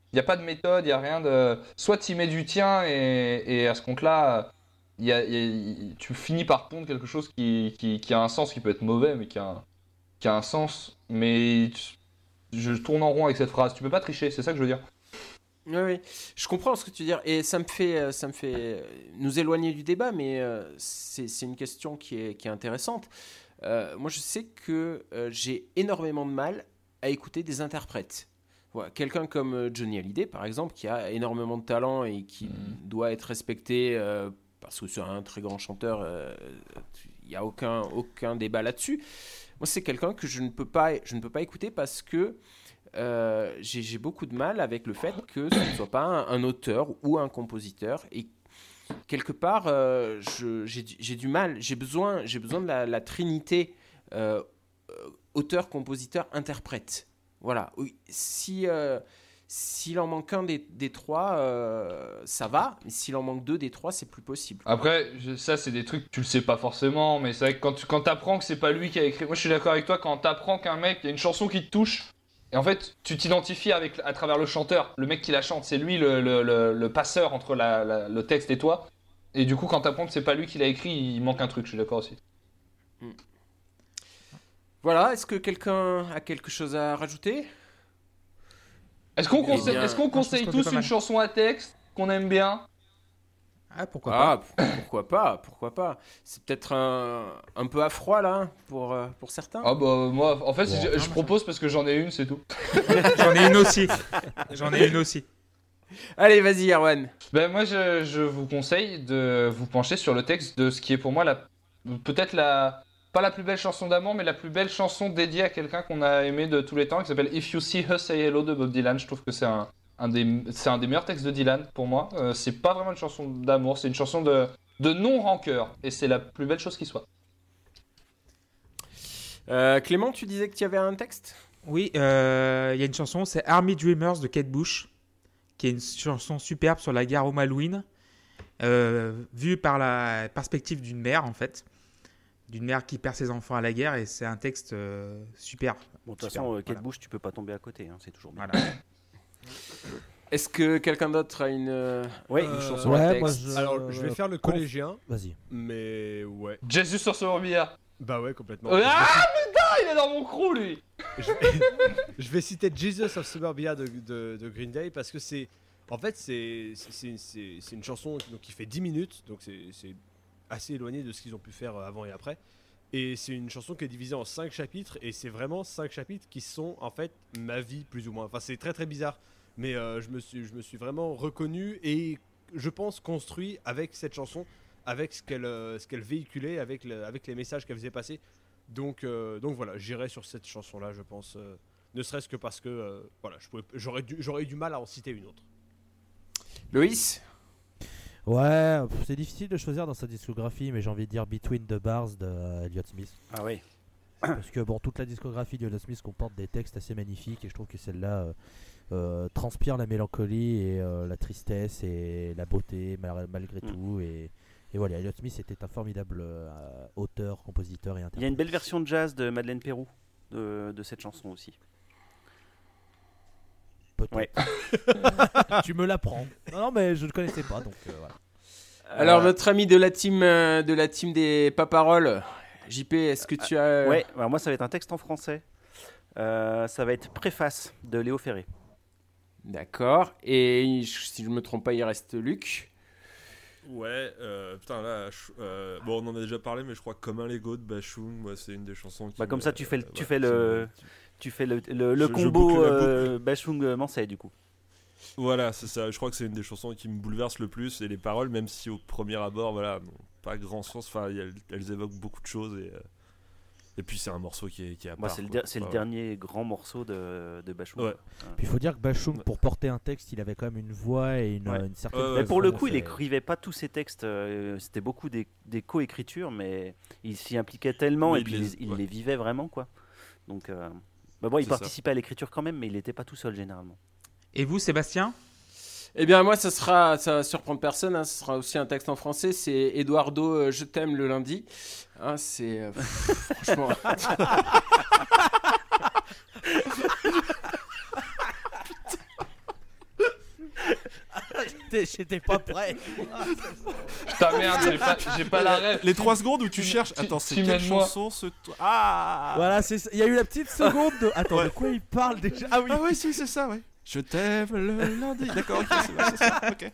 Il n'y a pas de méthode, il n'y a rien de. Soit tu y mets du tien et, et à ce compte-là, y a, y a, tu finis par pondre quelque chose qui, qui, qui a un sens, qui peut être mauvais, mais qui a un, qui a un sens. Mais tu- je tourne en rond avec cette phrase. Tu peux pas tricher, c'est ça que je veux dire. Oui, oui, je comprends ce que tu veux dire et ça me fait, euh, ça me fait euh, nous éloigner du débat, mais euh, c'est, c'est une question qui est, qui est intéressante. Euh, moi, je sais que euh, j'ai énormément de mal à écouter des interprètes. Voilà, quelqu'un comme euh, Johnny Hallyday, par exemple, qui a énormément de talent et qui Mhm. doit être respecté euh, parce que c'est un très grand chanteur, euh, il n'y a aucun, aucun débat là-dessus. Moi, c'est quelqu'un que je ne peux pas, je ne peux pas écouter parce que euh, j'ai, j'ai beaucoup de mal avec le fait que ce ne soit pas un, un auteur ou un compositeur. Et quelque part, euh, je- j'ai, du- j'ai du mal, j'ai besoin, j'ai besoin de la, la trinité euh, euh, auteur, compositeur, interprète. Voilà. Oui, si, euh, s'il en manque un des, des trois, euh, ça va. Mais s'il en manque deux des trois, c'est plus possible. Après, je- ça, c'est des trucs que tu le sais pas forcément, mais c'est vrai que quand tu quand t'apprends que c'est pas lui qui a écrit. Moi, je suis d'accord avec toi, quand t'apprends qu'un mec, il y a une chanson qui te touche, et en fait, tu t'identifies avec, à travers le chanteur, le mec qui la chante, c'est lui le, le, le, le passeur entre la, la- le texte et toi. Et du coup, quand t'apprends que c'est pas lui qui l'a écrit, il manque un truc, je suis d'accord aussi. Voilà. Est-ce que quelqu'un a quelque chose à rajouter? Est-ce qu'on Eh conseille, bien, est-ce qu'on je pense conseille qu'on tous fait pas une mal. chanson à texte qu'on aime bien? Ah, pourquoi Ah, p- pourquoi pas, pourquoi pas. C'est peut-être un, un peu à froid là hein, pour, euh, pour certains. Ah bah moi, en fait, Bon. je, je Non, propose parce que j'en ai une, c'est tout. pas? J'en ai une aussi. J'en ai une aussi. Allez, vas-y, Erwan. Ben moi, je, je vous conseille de vous pencher sur le texte de ce qui est pour moi la, peut-être la, pas la plus belle chanson d'amour, mais la plus belle chanson dédiée à quelqu'un qu'on a aimé de tous les temps, qui s'appelle If You See Her Say Hello de Bob Dylan. Je trouve que c'est un, un des, c'est un des meilleurs textes de Dylan pour moi. Euh, c'est pas vraiment une chanson d'amour, c'est une chanson de, de non-rancœur, et c'est la plus belle chose qui soit. Euh, Clément, tu disais que tu avais un texte? Oui, euh, il y a une chanson, c'est Army Dreamers de Kate Bush, qui est une chanson superbe sur la guerre au Malouine, euh, vue par la perspective d'une mère, en fait. D'une mère qui perd ses enfants à la guerre, et c'est un texte euh, superbe. Bon, de toute Superbe, façon, euh, Kate voilà. Bush, tu peux pas tomber à côté, hein, c'est toujours bien. Voilà. Est-ce que quelqu'un d'autre a une, euh, Ouais, une Euh, chanson ouais, à texte? moi, je- Alors, je vais faire le collégien, Vas-y. mais ouais. Jesus sur Suburbia. Bah ouais, complètement. Euh, Je vais ah putain, il est dans mon crew lui. Je vais, je vais citer Jesus of Suburbia de, de- de Green Day parce que c'est. En fait, c'est c'est- c'est- c'est une chanson donc, qui fait dix minutes, donc c'est c'est assez éloigné de ce qu'ils ont pu faire avant et après. Et c'est une chanson qui est divisée en cinq chapitres, et c'est vraiment cinq chapitres qui sont en fait ma vie, plus ou moins. Enfin, c'est très très bizarre, mais euh, je, me suis, je me suis vraiment reconnu et je pense construit avec cette chanson, avec ce qu'elle euh, ce qu'elle véhiculait, avec, le- avec les messages qu'elle faisait passer. Donc, euh, donc voilà, j'irai sur cette chanson-là, je pense. euh, ne serait-ce que parce que euh, voilà, je pouvais- j'aurais dû- j'aurais eu du mal à en citer une autre. Loïs? Ouais, pff, c'est difficile de choisir dans sa discographie, mais j'ai envie de dire Between the Bars de euh, Elliott Smith. Ah oui. Parce que bon, toute la discographie d'Elliott Smith comporte des textes assez magnifiques, et je trouve que celle-là euh, euh, transpire la mélancolie et euh, la tristesse et la beauté mal- malgré Mm. tout. Et, et voilà, Elliott Smith était un formidable euh, auteur, compositeur et Il y a interprète. une belle version de jazz de Madeleine Pérou de, de cette chanson aussi. Peut-être. Ouais. Tu me l'apprends. Non, non, mais je ne connaissais pas, donc euh, voilà. Alors, Euh, notre ami de la team, euh, de la team des Paparoles, J P, est-ce que tu as. Ouais, alors moi ça va être un texte en français. Euh, ça va être Préface de Léo Ferré. D'accord. Et je- si je me trompe pas, il reste Luc. Ouais, euh, putain là, je- euh, bon on en a déjà parlé, mais je crois que Comme un Lego de Bashung, moi c'est une des chansons qui Bah, comme me- ça, tu fais le- euh, tu ouais, fais qui le- me- Tu fais le, le, le Je- je combo boucle la euh, Bachung-Mansay du coup. Voilà, c'est ça. Je crois que c'est une des chansons qui me bouleverse le plus, et les paroles, même si au premier abord, voilà, n'ont pas grand sens. Enfin, elles, elles évoquent beaucoup de choses, et euh, et puis c'est un morceau qui est qui est à Moi, part, c'est le, quoi. der- c'est le Enfin, dernier grand morceau de, de Bachung. Ouais. Puis il faut dire que Bashung, Ouais. pour porter un texte, il avait quand même une voix et une, Ouais. une certaine. Ouais, ouais, Mais pour le façon, coup, il c'est- écrivait pas tous ses textes. euh, C'était beaucoup des, des co-écritures, mais il s'y impliquait tellement Oui, et il puis les- il, il ouais. les vivait vraiment, quoi. Donc, euh, bah bon, il C'est ça. participait à l'écriture quand même, mais il n'était pas tout seul généralement. Et vous, Sébastien? Eh bien, moi, ça sera, ça va surprendre personne. Hein, ce sera aussi un texte en français. C'est Eduardo, euh, Je t'aime le lundi. Hein, c'est euh, pff, franchement. j'étais, j'étais pas prêt. Putain, merde, j'ai pas, j'ai pas la rêve. Les trois secondes où tu Ti- cherches. ti- Attends, c'est quelle t'imagines-moi. chanson ce. Ah Voilà, c'est ça. Il y a eu la petite seconde de. Attends, Ouais. de quoi il parle déjà? Ah oui. Ah ouais, si, c'est ça, ouais. Je t'aime le lundi. D'accord, ok, c'est, ouais, c'est ça. Ok.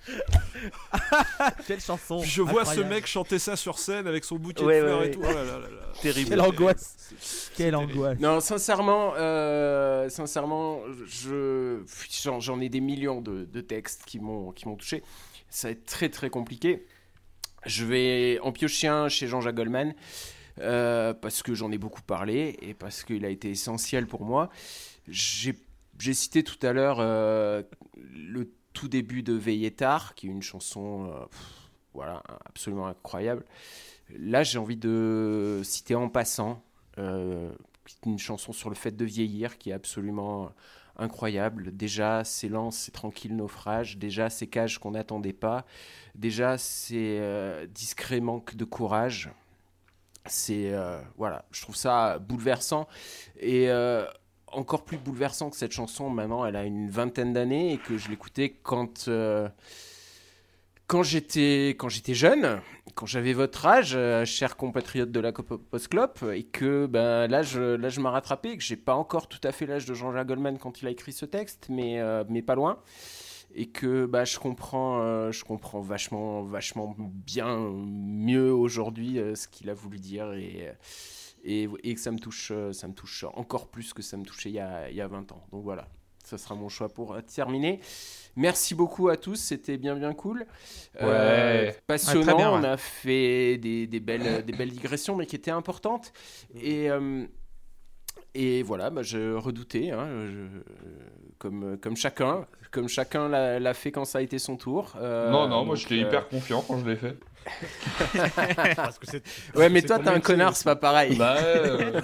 Quelle chanson. Je vois incroyable. ce mec chanter ça sur scène avec son bouquet Ouais, de fleurs ouais, et ouais. tout. Oh là là là là. Terrible. Quelle angoisse. C'est- Quelle c'est terrible. angoisse. Non, sincèrement, euh, sincèrement, je, j'en, j'en ai des millions de, de textes qui m'ont, qui m'ont touché. Ça va être très très compliqué. Je vais en piocher un chez Jean-Jacques Goldman euh, parce que j'en ai beaucoup parlé et parce qu'il a été essentiel pour moi. J'ai, j'ai cité tout à l'heure euh, le tout début de Veiller tard, qui est une chanson, euh, pff, voilà, absolument incroyable. Là, j'ai envie de citer En passant. Euh, une chanson sur le fait de vieillir qui est absolument incroyable. Déjà, c'est lent, c'est tranquille naufrage. Déjà, ces cages qu'on n'attendait pas. Déjà, c'est euh, discret manque de courage. C'est euh, voilà, je trouve ça bouleversant et euh, encore plus bouleversant que cette chanson. Maintenant, elle a une vingtaine d'années et que je l'écoutais quand euh, Quand j'étais, quand j'étais jeune, quand j'avais votre âge, euh, chers compatriotes de la Post-Clope, et que ben, là, je, là, je m'ai rattrapé, que j'ai pas encore tout à fait l'âge de Jean-Jacques Goldman quand il a écrit ce texte, mais, euh, mais pas loin, et que bah, je comprends, euh, je comprends vachement, vachement bien mieux aujourd'hui euh, ce qu'il a voulu dire, et, et, et que ça me touche, euh, ça me touche encore plus que ça me touchait il y a, il y a vingt ans. Donc voilà, ça sera mon choix pour euh, terminer. Merci beaucoup à tous, c'était bien bien cool. Euh, Ouais. passionnant, Ouais, très bien, ouais. on a fait des, des, belles, des belles digressions, mais qui étaient importantes. Et, euh, et voilà, bah, je redoutais, hein, je- comme, comme chacun, comme chacun l'a, l'a fait quand ça a été son tour. Euh, non, non, donc, moi j'étais euh, hyper confiant quand je l'ai fait. Parce que c'est- Ouais, mais c'est toi, ton t'es un métier connard, aussi. c'est pas pareil. Bah, euh,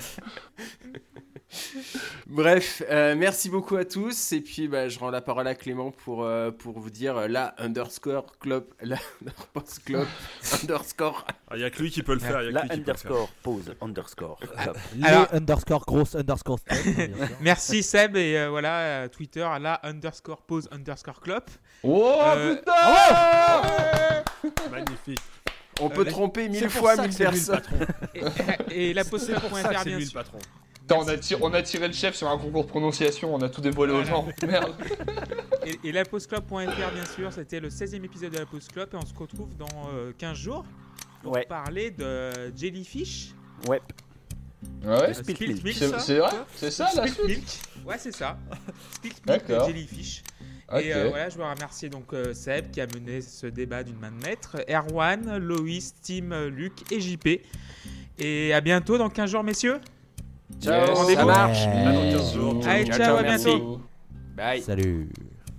Bref, euh, merci beaucoup à tous. Et puis, bah, je rends la parole à Clément pour, euh, pour vous dire euh, la underscore club, la post club underscore. Il n'y a que lui qui peut le faire. Y a que La lui qui peut le faire. underscore, pause, underscore. Club. Les Alors- underscore grosse underscore step, bien sûr. Merci Seb et euh, voilà euh, Twitter à la underscore pause underscore clop. Oh Euh, putain Magnifique. On peut Euh, tromper C'est mille pour fois ça mille que c'est lui le personnes. patron. Et, et la C'est postclub pour point ça F que R c'est bien lui le sûr. patron. Putain, on a, tiré, on a tiré le chef sur un concours de prononciation, on a tout dévoilé aux gens. Merde. Et, et la postclub point F R bien sûr, c'était le seizième épisode de la postclub et on se retrouve dans euh, quinze jours pour Ouais. parler de Jellyfish. Ouais. Ouais. Spilt Spilt Milk, Milk. C'est, ça c'est vrai C'est ça la Spilt suite Milk. Ouais, c'est ça. Spilt Milk de D'accord. Jellyfish. Ok. Et euh, voilà, je veux remercier donc euh, Seb qui a mené ce débat d'une main de maître, Erwan, Loïs, Tim, euh, Luc et J P. Et à bientôt dans quinze jours, messieurs. Ciao, Yes. Rendez-vous. ça marche. Ouais. À dans quinze jours. Allez, Ciao, ciao, ciao, à merci. bientôt. Bye. Salut.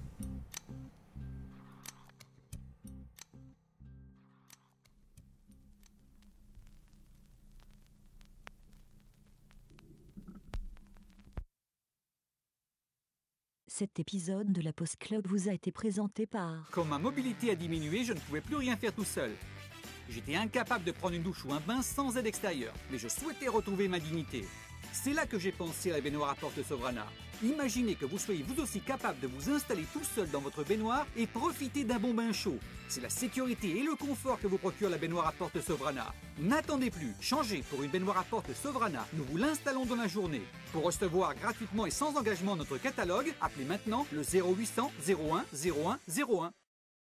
Cet épisode de la Post Club vous a été présenté par Quand ma mobilité a diminué, je ne pouvais plus rien faire tout seul. J'étais incapable de prendre une douche ou un bain sans aide extérieure, mais je souhaitais retrouver ma dignité. C'est là que j'ai pensé à la baignoire à porte Sovrana. Imaginez que vous soyez vous aussi capable de vous installer tout seul dans votre baignoire et profiter d'un bon bain chaud. C'est la sécurité et le confort que vous procure la baignoire à porte Sovrana. N'attendez plus, changez pour une baignoire à porte Sovrana. Nous vous l'installons dans la journée. Pour recevoir gratuitement et sans engagement notre catalogue, appelez maintenant le zéro huit cents zéro un zéro un zéro un.